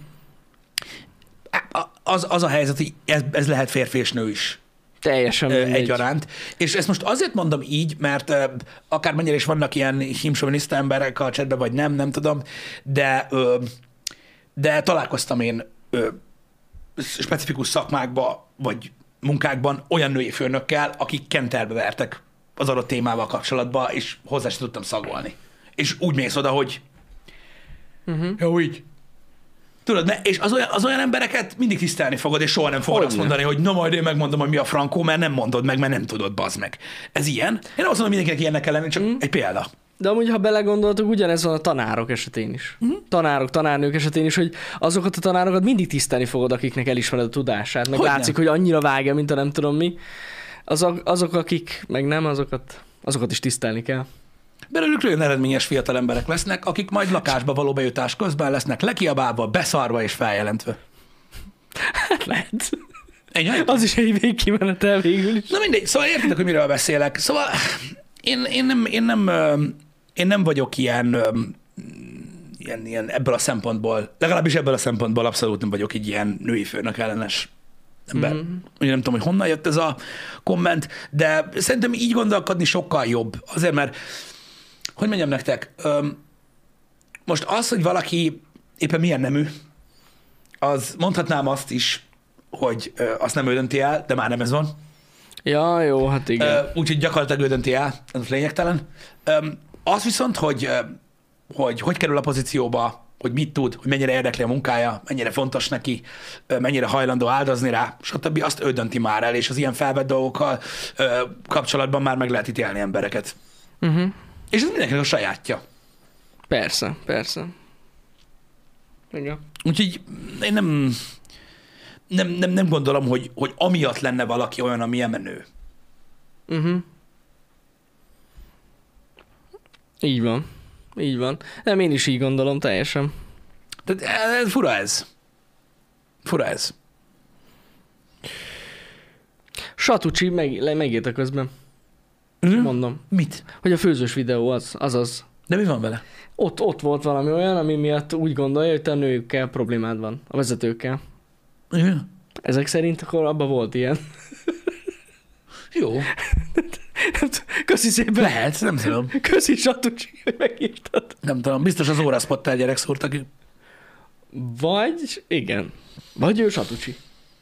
az, az a helyzet, hogy ez, ez lehet férfi és nő is. Teljesen mindegy. Egyaránt. És ezt most azért mondom így, mert uh, akármennyire is vannak ilyen hímsoviniszta emberek a chatben, vagy nem, nem tudom, de, uh, de találkoztam én uh, specifikus szakmákba, vagy munkákban olyan női főnökkel, akik kenterbe vertek az adott témával kapcsolatban, és hozzá sem tudtam szagolni. És úgy mész oda, hogy uh-huh. jó, így. Tudod, ne, és az olyan, az olyan embereket mindig tisztelni fogod, és soha nem fogod azt mondani, hogy na majd én megmondom, hogy mi a frankó, mert nem mondod meg, mert nem tudod, bazd meg. Ez ilyen. Én azt mondom, mindenkinek ilyennek kell lenni, csak mm. egy példa. De amúgy, ha belegondoltok, ugyanez van a tanárok esetén is. Mm. Tanárok, tanárnők esetén is, hogy azokat a tanárokat mindig tisztelni fogod, akiknek elismered a tudását. Meg hogy látszik, nem? Hogy annyira vágja, mint a nem tudom mi. Azok, azok, akik meg nem, azokat, azokat is tisztelni kell. Belőlük nagyon eredményes fiatal emberek lesznek, akik majd lakásba való bejutás közben lesznek lekiabálva, beszarva és feljelentve. Hát lehet. Ennyi? Az is egy végkimenetel végül is. Na mindegy, szóval értitek, hogy miről beszélek. Szóval én, én, nem, én, nem, én nem vagyok ilyen, ilyen, ilyen ebből a szempontból, legalábbis ebből a szempontból abszolút nem vagyok egy ilyen női főnök ellenes ember. Mm-hmm. Ugye nem tudom, hogy honnan jött ez a komment, de szerintem így gondolkodni sokkal jobb. Azért, mert hogy mondjam nektek, most az, hogy valaki éppen milyen nemű, az mondhatnám azt is, hogy azt nem ő dönti el, de már nem ez van. Ja, jó, hát igen. Úgyhogy gyakorlatilag ő dönti el, ez lényegtelen. Az viszont, hogy hogy, hogy kerül a pozícióba, hogy mit tud, hogy mennyire érdekli a munkája, mennyire fontos neki, mennyire hajlandó áldozni rá, stb. Azt ő dönti már el, és az ilyen felvett dolgokkal ö, kapcsolatban már meg lehet ítélni embereket. Uh-huh. És ez mindenkinek a sajátja. Persze, persze. Igen. Úgyhogy én nem, nem, nem, nem gondolom, hogy, hogy amiatt lenne valaki olyan, amilyen menő. Uh-huh. Így van. Így van. Nem, én is így gondolom teljesen. Tehát ez, fura ez. Fura ez. Satucci meg, megírta közben. Mm. Mondom. Mit? Hogy a főzős videó az, azaz. De mi van vele? Ott, ott volt valami olyan, ami miatt úgy gondolja, hogy te a nőkkel problémád van. A vezetőkkel. Igen. Ezek szerint akkor abban volt ilyen. Jó. Köszi szépen. Lehet, nem tudom. Köszi Satucci, hogy megírtad. Nem tudom, biztos az óraszpottel gyerek szúrta ki. Vagy, igen. Vagy ő Satucci.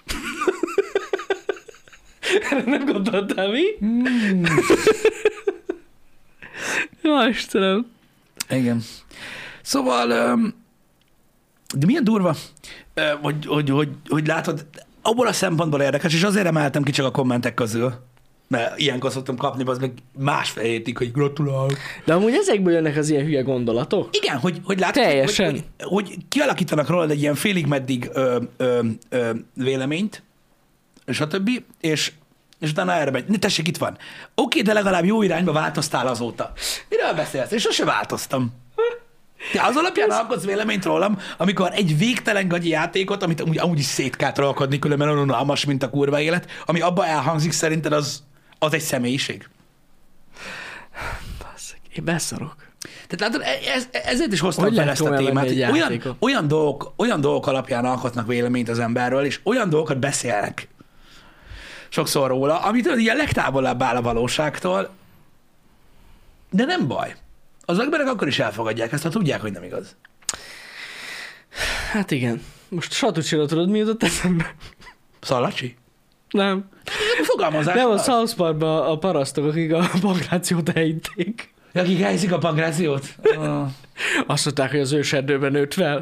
Nem gondoltál mi? Mm. Jó, Istenem. Igen. Szóval, de milyen durva, hogy, hogy, hogy, hogy látod, abból a szempontból érdekes, és azért emeltem ki csak a kommentek közül, mert ilyenkor szoktam kapni, az meg másfél hétig, hogy gratulálok. De amúgy ezekből jönnek az ilyen hülye gondolatok. Igen, hogy, hogy látod, Teljesen. Hogy, hogy, hogy kialakítanak rólad egy ilyen félig-meddig ö, ö, ö, véleményt, stb. És, és utána erre megy. Ne, tessék, itt van. Oké, de legalább jó irányba változtál azóta. Miről beszélsz? És sose változtam. Te az alapján alkotsz véleményt rólam, amikor egy végtelen gagyi játékot, amit amúgy, amúgy is szét kell trollkodni, különben olyan unalmas, mint a kurva élet, ami abba elhangzik, szerinted az, az egy személyiség. Basszak, én beszarok. Tehát látod, ez, ezért is hoztam Hogy fel lehet ezt a komolyan témát, venni hogy egy olyan, játékot? olyan, dolgok, olyan dolgok alapján alkotnak véleményt az emberről, és olyan dolgokat beszélnek sokszor róla, amit tudod, ilyen legtávolabb áll a valóságtól, de nem baj. Az emberek akkor is elfogadják ezt, ha tudják, hogy nem igaz. Hát igen. Most Satucci-ra tudod, mi jutott eszembe? Szalacsi? Nem. Fogalmazás. Nem, a van. South Parkban a parasztok, akik a pankrációt elhitték. Akik elhiszik a pankrációt? Oh. Azt mondták, hogy az őserdőben nőtt fel.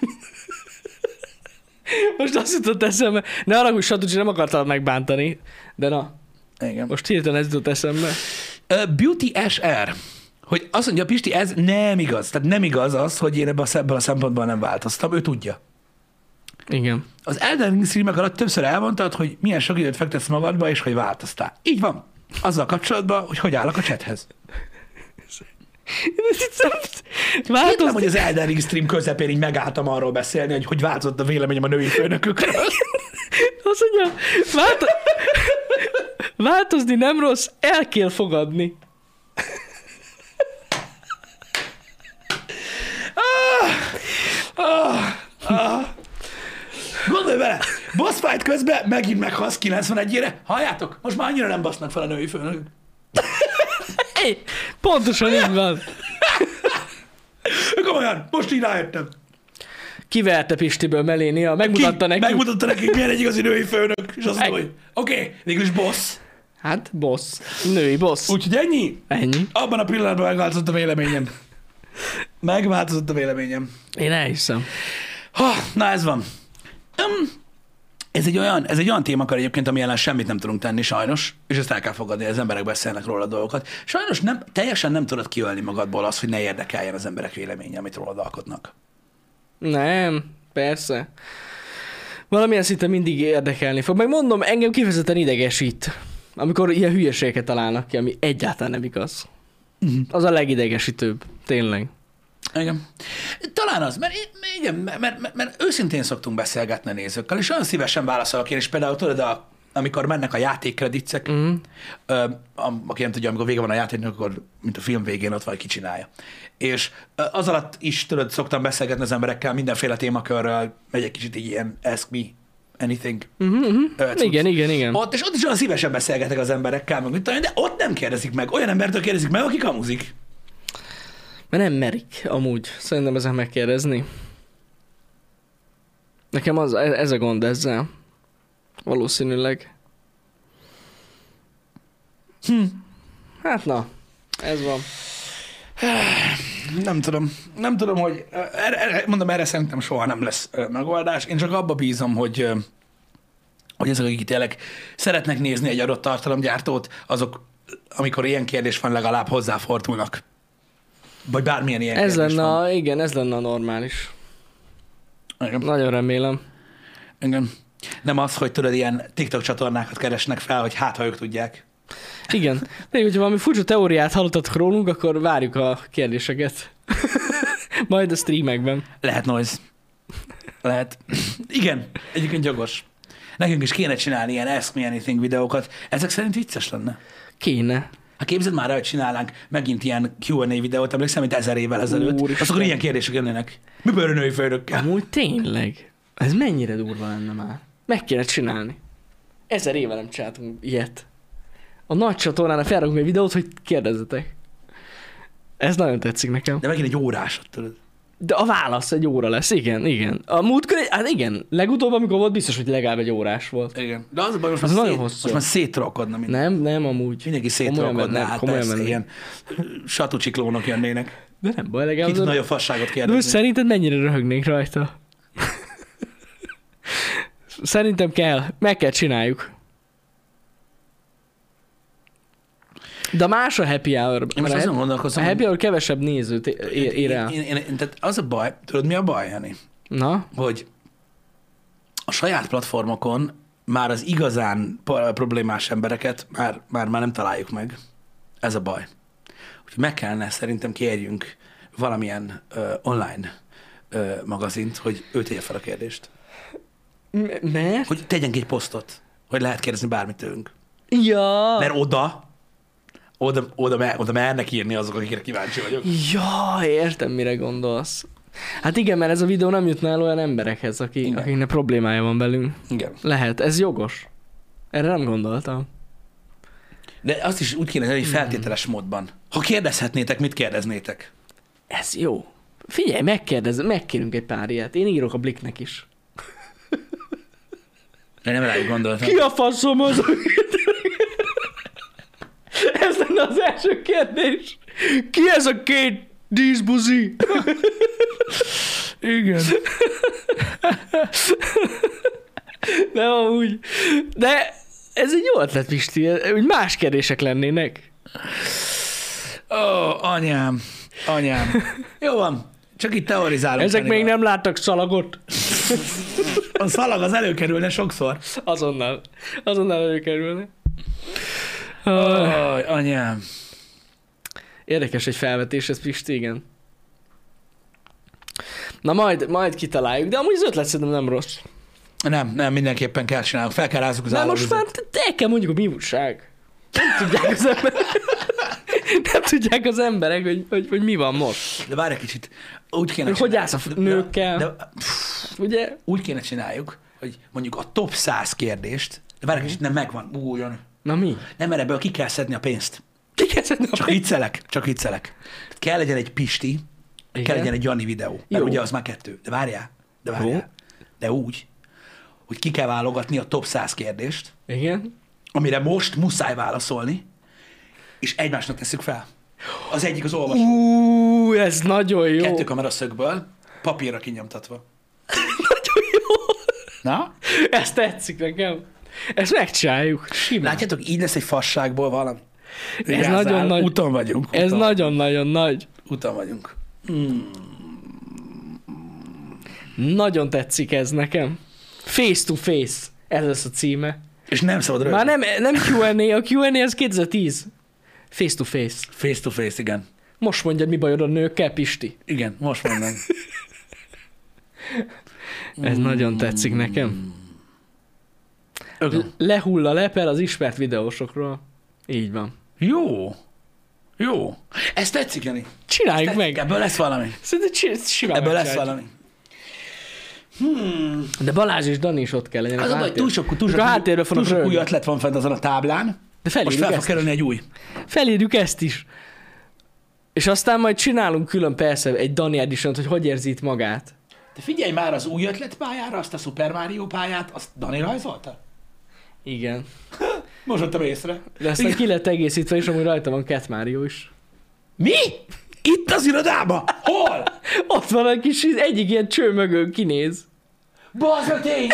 Most azt jutott eszembe. Ne arra, hogy Satucci nem akartad megbántani, de na, Igen. most hirtelen ez jutott eszembe. Uh, Beauty es er, hogy azt mondja, Pisti, ez nem igaz. Tehát nem igaz az, hogy én ebben a, ebből a szempontból nem változtam. Ő tudja. Igen. Az Elden Ring streamek alatt többször elmondtad, hogy milyen sok időt fektetsz magadba, és hogy változtál. Így van. Azzal kapcsolatban, hogy hogy állok a chathez. Értem, Változt... hogy az Elden Ring stream közepén így megálltam arról beszélni, hogy hogy változott a véleményem a női főnökökről. Azt mondja, válto... változni nem rossz, el kell fogadni. Ah, ah. Gondolj bele, boss fight közben megint meghalsz kilencvenegyére. Halljátok? Most már annyira nem basznak fel a női főnökök. Hey, pontosan így van. Komolyan, most így rájöttem. Kiverte Pistiből Melénia, megmutatta Ki? neki. Megmutatta neki, milyen egy igazi női főnök. És azt mondta, Meg- hogy oké, okay, végül is boss. Hát, boss. Női boss. Úgyhogy ennyi. Ennyi. Abban a pillanatban megváltozott a véleményem. Megváltozott a véleményem. Én elhiszem. Ha, na ez van. Um, ez egy olyan, ez egy olyan témakör egyébként, ami ellen semmit nem tudunk tenni sajnos, és ezt el kell fogadni, az emberek beszélnek róla dolgokat. Sajnos nem, teljesen nem tudod kiölni magadból azt, hogy ne érdekeljen az emberek véleménye, amit rólad alkotnak. Nem, persze. Valamilyen szinte mindig érdekelni fog. Meg mondom, engem kifejezetten idegesít, amikor ilyen hülyeségeket találnak ki, ami egyáltalán nem igaz. Uh-huh. Az a legidegesítőbb. Tényleg. Igen. Talán az, mert, igen, mert, mert, mert, mert őszintén szoktunk beszélgetni a nézőkkel, és olyan szívesen válaszolok én, és például tudod, a, amikor mennek a játékkredicek, Uh-huh. ö, aki nem tudja, amikor vége van a játéknak, akkor mint a film végén ott vagy, ki csinálja. És ö, az alatt is tudod, szoktam beszélgetni az emberekkel mindenféle témakörről, megy egy kicsit így ilyen ask me anything. Uh-huh, uh-huh. Ö, cucc. Igen, igen, igen. Ott, és ott is olyan szívesen beszélgetek az emberekkel, meg mit tudom én, de ott nem kérdezik meg. Olyan embertől kérdezik meg, aki kamuzik. Mert nem merik amúgy. Szerintem ezen megkérdezni. Nekem az, ez a gond ezzel. Valószínűleg. Hm. Hát na, ez van. Nem tudom. Nem tudom, hogy erre, erre, mondom, erre szerintem soha nem lesz ö, megoldás. Én csak abba bízom, hogy, ö, hogy ezek, akik tényleg szeretnek nézni egy adott tartalomgyártót, azok, amikor ilyen kérdés van, legalább hozzáfordulnak. Vagy bármilyen ilyen Ez kérdés lenne, van. a, igen, ez lenne a normális. Igen. Nagyon remélem. Igen. Nem az, hogy tudod, ilyen TikTok csatornákat keresnek fel, hogy hát, ha ők tudják. Igen. De hogyha valami furcsa teóriát hallottatok rólunk, akkor várjuk a kérdéseket. Majd a streamekben. Lehet noise. Lehet. Igen, egyébként jogos. Nekünk is kéne csinálni ilyen Ask Me Anything videókat. Ezek szerint vicces lenne. Kéne. Hát képzeld már el, hogy csinálnánk megint ilyen Q and A videót, emlékszem, mint ezer évvel ezelőtt. Úristen. Azok ilyen kérdések jönnének. Miből a női főnökkel? Amúgy tényleg. Ez mennyire durva lenne már. Meg kéne csinálni. Ezer éve nem csináltunk ilyet. A nagy csatornára felrakunk egy videót, hogy kérdezzetek. Ez nagyon tetszik nekem. De megint egy órásat, tudod. De a válasz egy óra lesz, igen, igen. A múltkor, hát igen, legutóbb, amikor volt, biztos, hogy legalább egy órás volt. Igen. De az a baj, most, Az már, nagyon szét, hosszú. most már széttrokodna minden. Nem, nem, amúgy. Mindenki Komolyan széttrokodna, mennek, hát komolyan persze, mennek. ilyen satucsiklónok jönnének. De nem baj, legalább. Kicsit az- nagyobb fasságot De kérdezni. most szerinted mennyire röhögnék rajta? Szerintem kell. Meg kell csináljuk. De más a happy hour. Én most Mert azon a gondolkozom, happy hour kevesebb nézőt é- ér, ér el. Én, én, én, tehát az a baj, tudod mi a baj, Jani? Na? Hogy a saját platformokon már az igazán pa- problémás embereket már, már, már nem találjuk meg. Ez a baj. Úgyhogy meg kellene, szerintem kérjünk valamilyen ö, online ö, magazint, hogy ő tegye fel a kérdést. M- mert? Hogy tegyen ki egy posztot, hogy lehet kérdezni bármit tőlünk. Ja. Mert oda, oda, oda, mer, oda mernek írni azok, akikre kíváncsi vagyok. Ja, értem, mire gondolsz. Hát igen, mert ez a videó nem jutna el olyan emberekhez, aki, Igen. akiknek problémája van velünk. Igen. Lehet, ez jogos. Erre nem gondoltam. De azt is úgy kéne, hogy feltételes módban. Ha kérdezhetnétek, mit kérdeznétek? Ez jó. Figyelj, megkérdez, megkérünk egy pár ilyet. Én írok a Bliknek is. De nem rájuk gondoltam. Ki a faszom az? Ez lenne az első kérdés. Ki ez a két díszbuzi? Igen. De amúgy. De ez egy jó ötlet, Pisti. Úgy más kérdések lennének. Ó, anyám, anyám. Jó van, csak itt teorizálunk. Ezek még nem láttak szalagot. A szalag az előkerülne sokszor. Azonnal. Azonnal előkerülne. Ó, anyám. Érdekes egy felvetés, ez Pisti, igen. Na majd, majd kitaláljuk, de amúgy az ötlet szerintem nem rossz. Nem, nem, mindenképpen kell csinálnunk. Fel kell rázzuk az Na most állóvizet. már el kell mondjuk, hogy mi újság. Nem tudják az emberek, nem tudják az emberek, hogy, hogy, hogy mi van most. De várj egy kicsit. Úgy kéne Hogy hogy csináljuk. állsz a nőkkel? De, de, Ugye? úgy kéne csináljuk, hogy mondjuk a top száz kérdést, de várj egy kicsit, nem megvan. Ú, Jani. Na mi? Nem, mert ebből ki kell szedni a pénzt. Ki kell szedni a Csak pénzt? viccelek, csak viccelek. Kell legyen egy Pisti, Igen. kell legyen egy Jani videó. Mert Jó. ugye az már kettő. De várjál, de Jó. várjál. De úgy, hogy ki kell válogatni a top száz kérdést, Igen? amire most muszáj válaszolni, és egymásnak tesszük fel. Az egyik az olvasó. Ú, ez nagyon jó. Kettő kameraszögből, papírra kinyomtatva. Nagyon jó. Na? Ez tetszik nekem. Ezt megcsináljuk. Simán. Látjátok, így lesz egy fasságból valami. Ez Igazán, nagyon nagy. Úton vagyunk. Úton, Ez nagyon-nagyon nagy. Úton vagyunk. Nagyon tetszik ez nekem. Face to face. Ez lesz a címe. És nem szabad rögni. Már nem, nem Q and A, a Q and A az kétezer-tíz. Face to face. Face to face, igen. Most mondjad, mi bajod a nőkkel, Pisti. Igen, most mondom. Ez nagyon tetszik nekem. Ögöm. Lehull a lepel az ismert videósokról. Így van. Jó. Jó. Ez tetszik, Jani. Csináljuk Tetszik, meg. ebből lesz valami. Szerintem csi- simán Ebből lesz megcsináljuk. valami. De Balázs és Dani is ott kell legyenek. Az a baj, háttérben. túl sok, túl Csak sok, a háttérben túl fognak sok új röhögni. ötlet van fent azon a táblán. De Most felírjuk fel fog ezt kerülni is. egy új. Felírjuk ezt is. És aztán majd csinálunk külön persze egy Dani edition hogy hogy érzi itt magát. De figyelj már az új ötlet pályára, azt a Super Mario pályát, azt Dani rajzolta? Igen. Most vettem észre. De aztán ki lett egészítve, és amúgy rajta van Cat Mario is. Mi? Itt az irodába? Hol? Ott van a kis, egyik ilyen cső mögön kinéz. Bazd meg tényleg!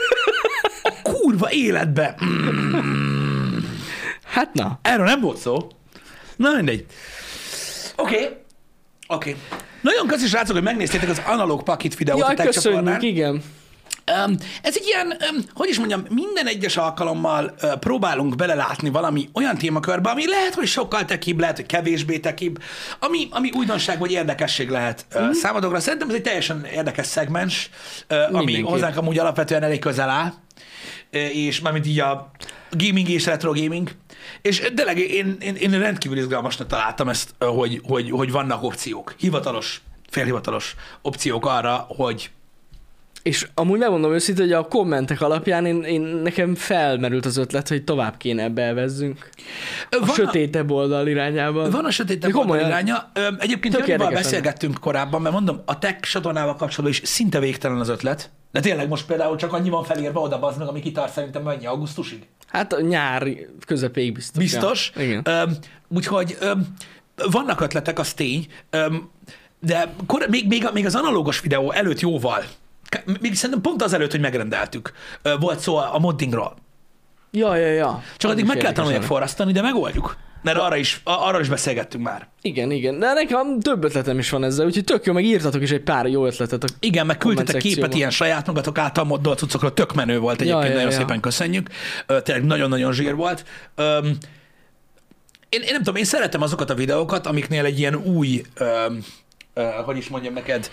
A kurva életbe! Mm. Hát na. Erről nem volt szó. Na mindegy. Oké. Okay. Oké. Okay. Nagyon köszi, srácok, hogy megnéztétek az Analóg Pakit videót Jaj, a Tech köszönjük, csatornán. igen. Um, ez egy ilyen, um, hogy is mondjam, minden egyes alkalommal uh, próbálunk belelátni valami olyan témakörbe, ami lehet, hogy sokkal tekibb, lehet, hogy kevésbé tekibb, ami, ami újdonság vagy érdekesség lehet uh, mm. számodokra. Szerintem ez egy teljesen érdekes szegmens, uh, ami hozzánk amúgy alapvetően elég közel áll, uh, és mármint így a gaming és retro gaming. És tényleg én, én, én rendkívül izgalmasnak találtam ezt, uh, hogy, hogy, hogy vannak opciók, hivatalos, félhivatalos opciók arra, hogy És amúgy megmondom őszintén, hogy a kommentek alapján én, én nekem felmerült az ötlet, hogy tovább kéne ebbe elvezzünk. A van sötétebb oldal irányában. Van a sötétebb oldal iránya. Egyébként Janival beszélgettünk korábban, mert mondom, a tech csatornával kapcsolatban is szinte végtelen az ötlet. De tényleg most például csak annyi van felírva oda, bazd meg, ami kitart szerintem mennyi, augusztusig? Hát a nyár közepéig biztos. Biztos. Ja. Igen. Öm, úgyhogy öm, vannak ötletek, az tény, öm, de kor, még, még, még az analógos videó előtt jóval, még szerintem pont az előtt, hogy megrendeltük, volt szó a moddingról. Ja, ja, ja. Csak addig meg kell tanulják forrasztani, de megoldjuk. Mert arra is, arra is beszélgettünk már. Igen, igen. De nekem több ötletem is van ezzel, úgyhogy tök jó, meg írtatok is egy pár jó ötletet a Igen, meg küldtetek képet ilyen saját magatok által moddolt cuccokról, tök menő volt egyébként, ja, ja, nagyon ja. szépen köszönjük. Tényleg nagyon-nagyon zsír volt. Öm, én, én nem tudom, én szeretem azokat a videókat, amiknél egy ilyen új, öm, ö, hogy is mondjam neked,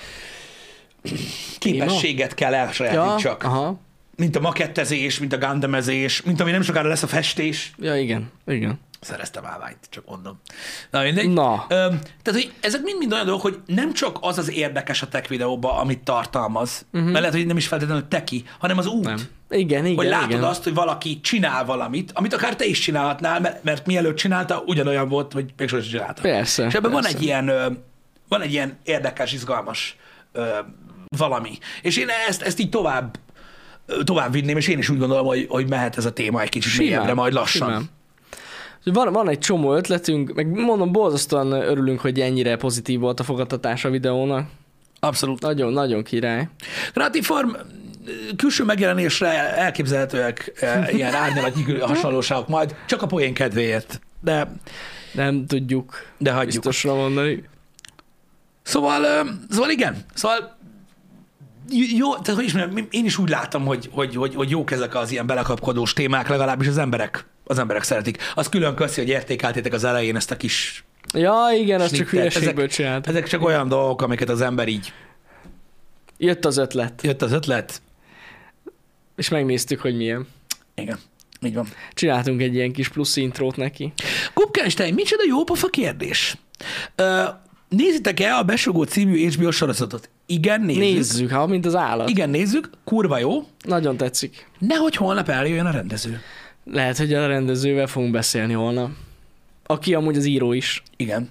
képességet kell elsajátítsak. Ja, mint a makettezés, mint a gundamezés, mint ami nem sokára lesz a festés. Ja, igen, igen. Szereztem állványt, csak mondom. Na, mindegy. Na. Öm, tehát, hogy ezek mind-mind olyan dolgok, hogy nem csak az az érdekes a tech videóban, amit tartalmaz, uh-huh. mert lehet, hogy nem is feltétlenül teki, hanem az út. Nem. Igen, igen, hogy látod igen. azt, hogy valaki csinál valamit, amit akár te is csinálhatnál, mert, mert mielőtt csinálta, ugyanolyan volt, hogy még sosem csinálta. Persze. És ebben persze. van egy ilyen, van egy ilyen érdekes, izgalmas valami. És én ezt, ezt így tovább, tovább vinném, és én is úgy gondolom, hogy, hogy mehet ez a téma egy kicsit mélyebbre, majd lassan. Simán. Van, van egy csomó ötletünk, meg mondom, borzasztóan örülünk, hogy ennyire pozitív volt a fogadtatás a videónak. Abszolút. Nagyon, nagyon király. Creative Farm külső megjelenésre elképzelhetőek ilyen árnyalatnyi hasonlóságok majd, csak a poén kedvéért. De nem tudjuk de hagyjuk. biztosra mondani. Szóval, szóval igen, szóval jó, tehát hogy is mondjam, én is úgy látom, hogy, hogy, hogy, hogy jók ezek az ilyen belekapkodós témák, legalábbis az emberek, az emberek szeretik. Az külön köszi, hogy értékeltétek az elején ezt a kis Ja, igen, azt snittet. csak hülyeségből csinált. Ezek csak olyan dolgok, amiket az ember így... Jött az ötlet. Jött az ötlet. És megnéztük, hogy milyen. Igen, így van. Csináltunk egy ilyen kis plusz intrót neki. Kupkenstein, micsoda jó pofa kérdés. Uh, nézitek-e a Besugó című há bé o sorozatot? Igen, nézzük. Nézzük, ha, mint az állat. Igen, nézzük. Kurva jó. Nagyon tetszik. Nehogy holnap eljöjjön a rendező. Lehet, hogy a rendezővel fogunk beszélni holnap. Aki amúgy az író is. Igen.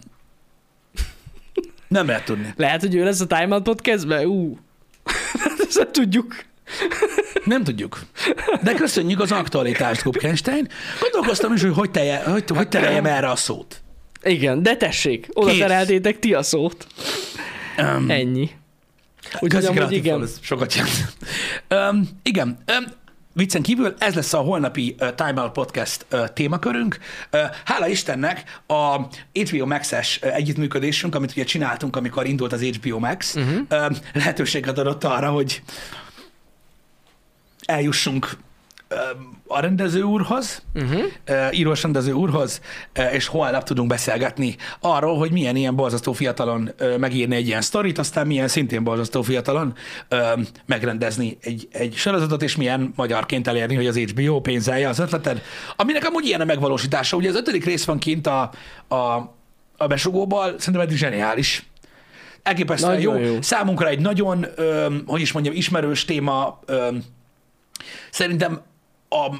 Nem lehet tudni. Lehet, hogy ő lesz a Time Out Podcastben? Ú. Ezt nem tudjuk. Nem tudjuk. De köszönjük az aktualitást, Kupkenstein. Gondolkoztam is, hogy hogy, telje, hogy, hogy tereljem erre a szót. Igen, de tessék, oda Kész. tereltétek ti a szót. Um, Ennyi. Úgyhogy amúgy igen. Sokat jelent. Um, igen. Um, Viccen kívül ez lesz a holnapi uh, Time Out Podcast uh, témakörünk. Uh, hála Istennek a há bé o Max-es uh, együttműködésünk, amit ugye csináltunk, amikor indult az há bé o Max, uh-huh. uh, lehetőséget adott arra, hogy eljussunk uh, a rendező úrhoz, uh-huh. uh, írós rendező úrhoz, uh, és holnap tudunk beszélgetni arról, hogy milyen ilyen borzasztó fiatalon uh, megírni egy ilyen sztorit, aztán milyen szintén borzasztó fiatalon uh, megrendezni egy, egy sorozatot, és milyen magyarként elérni, hogy az há bé o pénzelje az ötleted, aminek amúgy ilyen a megvalósítása. Ugye az ötödik rész van kint a, a, a Besugóból, szerintem eddig zseniális. Elképesztően jó. jó. Számunkra egy nagyon, ö, hogy is mondjam, ismerős téma. Ö, szerintem a,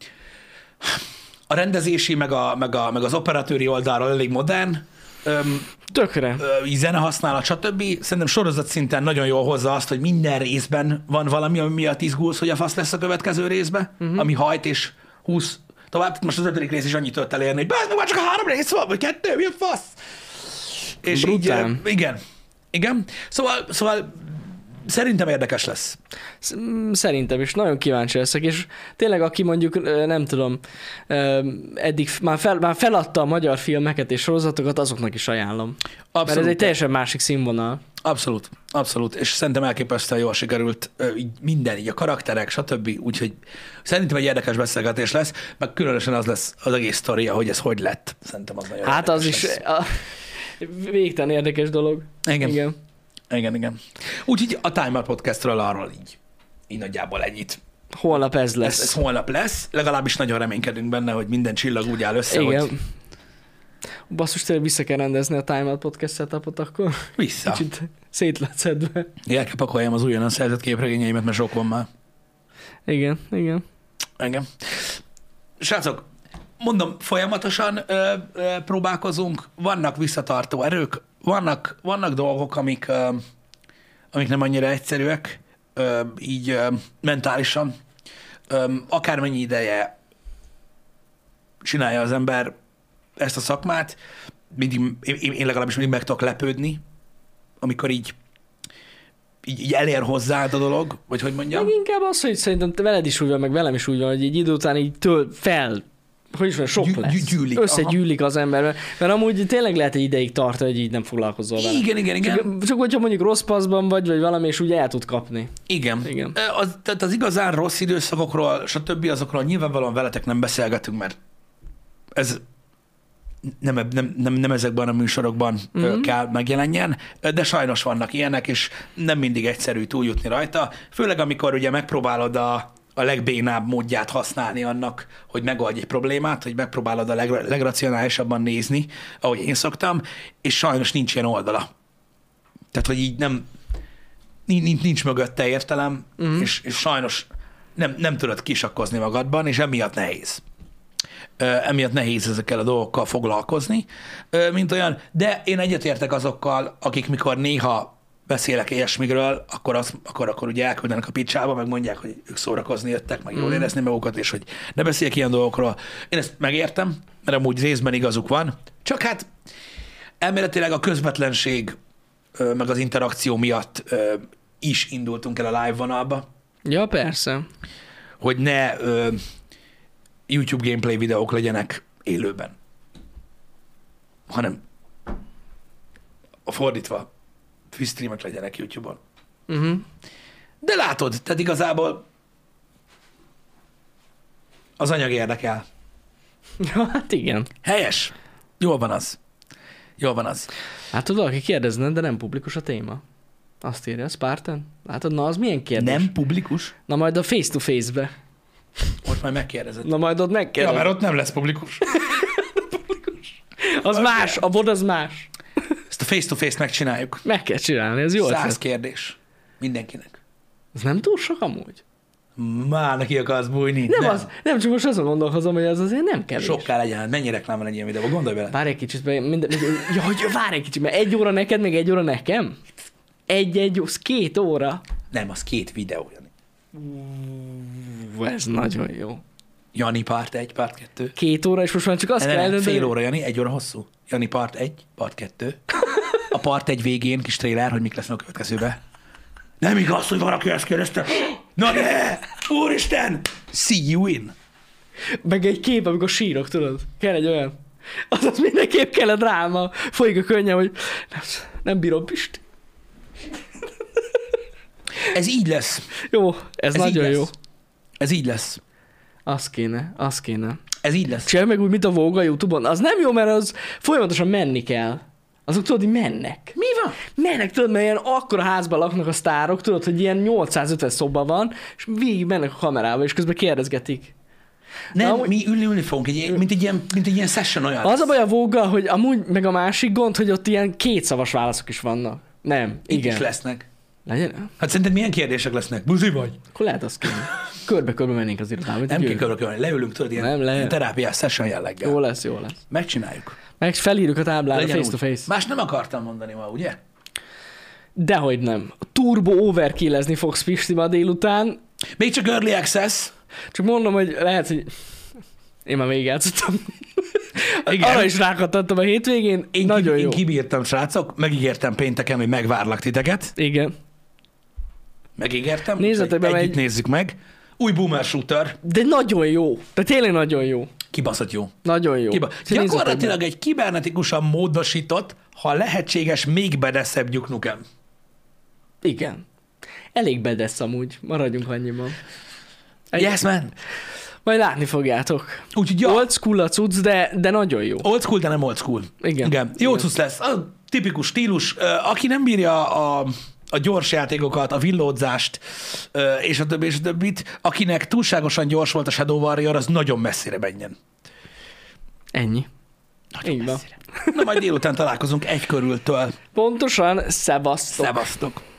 a rendezési, meg, a, meg, a, meg az operatőri oldalról elég modern. Ö, Tökre. Ö, zenehasználat, stb. Szerintem sorozat szinten nagyon jól hozza azt, hogy minden részben van valami, ami miatt izgulsz, hogy a fasz lesz a következő részbe, uh-huh. ami hajt és húsz tovább. Most az ötödik rész is annyit tört elérni, hogy bár meg már csak három rész van, vagy kettő, mi a fasz? és Brutál. így, igen, igen. Szóval, szóval szerintem érdekes lesz. Sz- Szerintem is nagyon kíváncsi leszek, és tényleg aki mondjuk, ö, nem tudom, ö, eddig f- már, fel, már feladta a magyar filmeket és sorozatokat, azoknak is ajánlom. Abszolút. Mert ez egy teljesen másik színvonal. Abszolút, abszolút, és szerintem elképesztően jól sikerült ö, így minden, így a karakterek, stb. Úgyhogy szerintem egy érdekes beszélgetés lesz, meg különösen az lesz az egész sztoria, hogy ez hogy lett. Szerintem az nagyon Hát az érdekes is lesz. a, végtelen érdekes dolog. Igen. Igen. Igen, igen. Úgyhogy a Time Out Podcastról arról így, így nagyjából ennyit. Holnap ez Ez, lesz. ez holnap lesz, legalábbis nagyon reménykedünk benne, hogy minden csillag úgy áll össze, Igen. hogy Basszus, tényleg vissza kell rendezni a Time Out Podcast setupot, akkor vissza. kicsit szét lett szedve. El kell pakoljam az újonnan szerzett képregényeimet, mert sok van már. Igen, igen. Engem. Srácok, mondom, folyamatosan ö, ö, próbálkozunk, vannak visszatartó erők, vannak, vannak dolgok, amik, ö, amik nem annyira egyszerűek, ö, így ö, mentálisan. Ö, akármennyi ideje csinálja az ember ezt a szakmát, mindig, én, én legalábbis mindig meg tudok lepődni, amikor így, így, így elér hozzád a dolog, vagy hogy mondjam. Meg inkább az, hogy szerintem te veled is úgy van, meg velem is úgy van, hogy egy idő után így töl, fel, hogy is van, sok Gyű- lesz. gyű- gyűlik, Összegyűlik az ember, mert, mert amúgy tényleg lehet egy ideig tartani, hogy így nem foglalkozol vele. Igen, igen, igen. Csak, csak hogyha mondjuk rossz paszban vagy, vagy valami, és úgy el tud kapni. Igen. Igen. Az, tehát az igazán rossz időszakokról, stb. Azokról nyilvánvalóan veletek nem beszélgetünk, mert ez nem, nem, nem, nem ezekben a műsorokban mm-hmm. kell megjelenjen, de sajnos vannak ilyenek, és nem mindig egyszerű túljutni rajta, főleg amikor ugye megpróbálod a, a legbénább módját használni annak, hogy megoldj egy problémát, hogy megpróbálod a leg, legracionálisabban nézni, ahogy én szoktam, és sajnos nincs ilyen oldala. Tehát, hogy így nem, nincs, nincs mögötte értelem, mm. és, és sajnos nem, nem tudod kisakkozni magadban, és emiatt nehéz. Uh, emiatt nehéz ezekkel a dolgokkal foglalkozni, uh, mint olyan, de én egyetértek azokkal, akik mikor néha beszélek ilyesmigről, akkor, az, akkor, akkor ugye elküldenek a picsába, meg mondják, hogy ők szórakozni jöttek, meg jól érezni magukat, és hogy ne beszéljek ilyen dolgokról. Én ezt megértem, mert amúgy részben igazuk van, csak hát elméletileg a közvetlenség, uh, meg az interakció miatt uh, is indultunk el a live vonalba, Ja, persze. hogy ne uh, YouTube gameplay videók legyenek élőben, hanem a fordítva streamek legyenek YouTube-on. Uh-huh. De látod, tehát igazából az anyag érdekel. Ja, hát igen. Helyes. Jól van az. Jól van az. Látod, valaki kérdezne, de nem publikus a téma. Azt írja, Spartan. Látod, na az milyen kérdés? Nem publikus? Na majd a face-to-face-be. Most majd megkérdezed. Na majd ott Ja, megkérdez. mert ott nem lesz publikus. Az más, a bod az más. Ezt a face-to-face megcsináljuk. Meg kell csinálni, ez jó Száz ötlet. kérdés. Mindenkinek. Ez nem túl sok amúgy? Már neki akarsz bújni. Nem, nem. Az, nem csak most azon gondolkozom, hogy az azért nem kevés. Sokkal legyen. Mennyi reklám van egy ilyen videóban? Gondolj bele. Várj egy kicsit, mert minden, minden, ja, hogy várj egy kicsit, mert egy óra neked, meg egy óra nekem? Egy-egy, az két óra. Nem, az két videó, Jani. Ú, ez nagyon jó. Jani part egy, part kettő. Két óra, és most már csak azt Ne, kell ne, eldönteni. fél óra, Jani, egy óra hosszú. Jani part egy, part kettő. A part egy végén kis trailer, hogy mik lesznek a következőbe. Nem igaz, hogy valaki ezt kérdezte. Na ne! Úristen! See you in! Meg egy kép, amikor sírok, tudod? Kell egy olyan. Azaz mindenképp kell a dráma. Folyik a könnyem, hogy nem, nem bírom, Pisti. Ez így lesz. Jó, ez, Ez nagyon így jó. lesz. Ez így lesz. Az kéne, az kéne. Ez így lesz. Csinálj meg úgy, mint a Vogue a YouTube-on. Az nem jó, mert az folyamatosan menni kell. Azok tudod, hogy mennek. Mi van? Mennek, tudod, mert ilyen akkora házban laknak a sztárok, tudod, hogy ilyen nyolcszázötven szoba van, és végig mennek a kamerába, és közben kérdezgetik. Nem, amúgy- mi ülni, ülni fogunk, egy, mint, egy ilyen, mint egy ilyen session olyan. Az a baj a Vogue-gal, hogy amúgy meg a másik gond, hogy ott ilyen kétszavas válaszok is vannak. Nem, Itt igen. is lesznek. Legyen? Hát szerinted milyen kérdések lesznek? Buzi vagy? Akkor lehet azt kéne. Körbe-körbe mennénk az irodába. Nem kell körülkölni. Leülünk, tudod, ilyen, Nem, le- ilyen terápiás session jelleggel. Jó lesz, jó lesz. Megcsináljuk. Meg felírjuk a táblára Legyen face to úgy. face. Más nem akartam mondani ma, ugye? Dehogy nem. Turbo overkillezni fogsz, Pisti, ma délután. Még csak early access. Csak mondom, hogy lehet, hogy én már végigjátszottam. Igen. Arra is rákattantam a hétvégén, Én, nagyon ki, jó. én kibírtam, srácok, megígértem pénteken, hogy megvárlak titeket. Igen. Megígértem, Nézzetek be, együtt egy- nézzük meg. Új Boomer Shooter, De nagyon jó. De tényleg nagyon jó. kibaszott jó. Nagyon jó. Kiba. Nézzetek be. Gyakorlatilag egy kibernetikusan módosított, ha lehetséges, még bedeszebb Duke Nukem. Igen. Elég bedesz amúgy. Maradjunk annyiban. Egy... Yes, man. Majd látni fogjátok. Úgyhogy ja, Old school a cucc, de, de nagyon jó. old school, de nem old school. Igen. Igen. Jó Igen. cucc lesz. A tipikus stílus. Ö, Aki nem bírja a, a gyors játékokat, a villódzást, ö, és a többi, és a többit, akinek túlságosan gyors volt a Shadow Warrior, az nagyon messzire menjen. Ennyi. Nagyon Így van. messzire. Na majd délután találkozunk egy körültől. Pontosan, szevasztok. Szevasztok.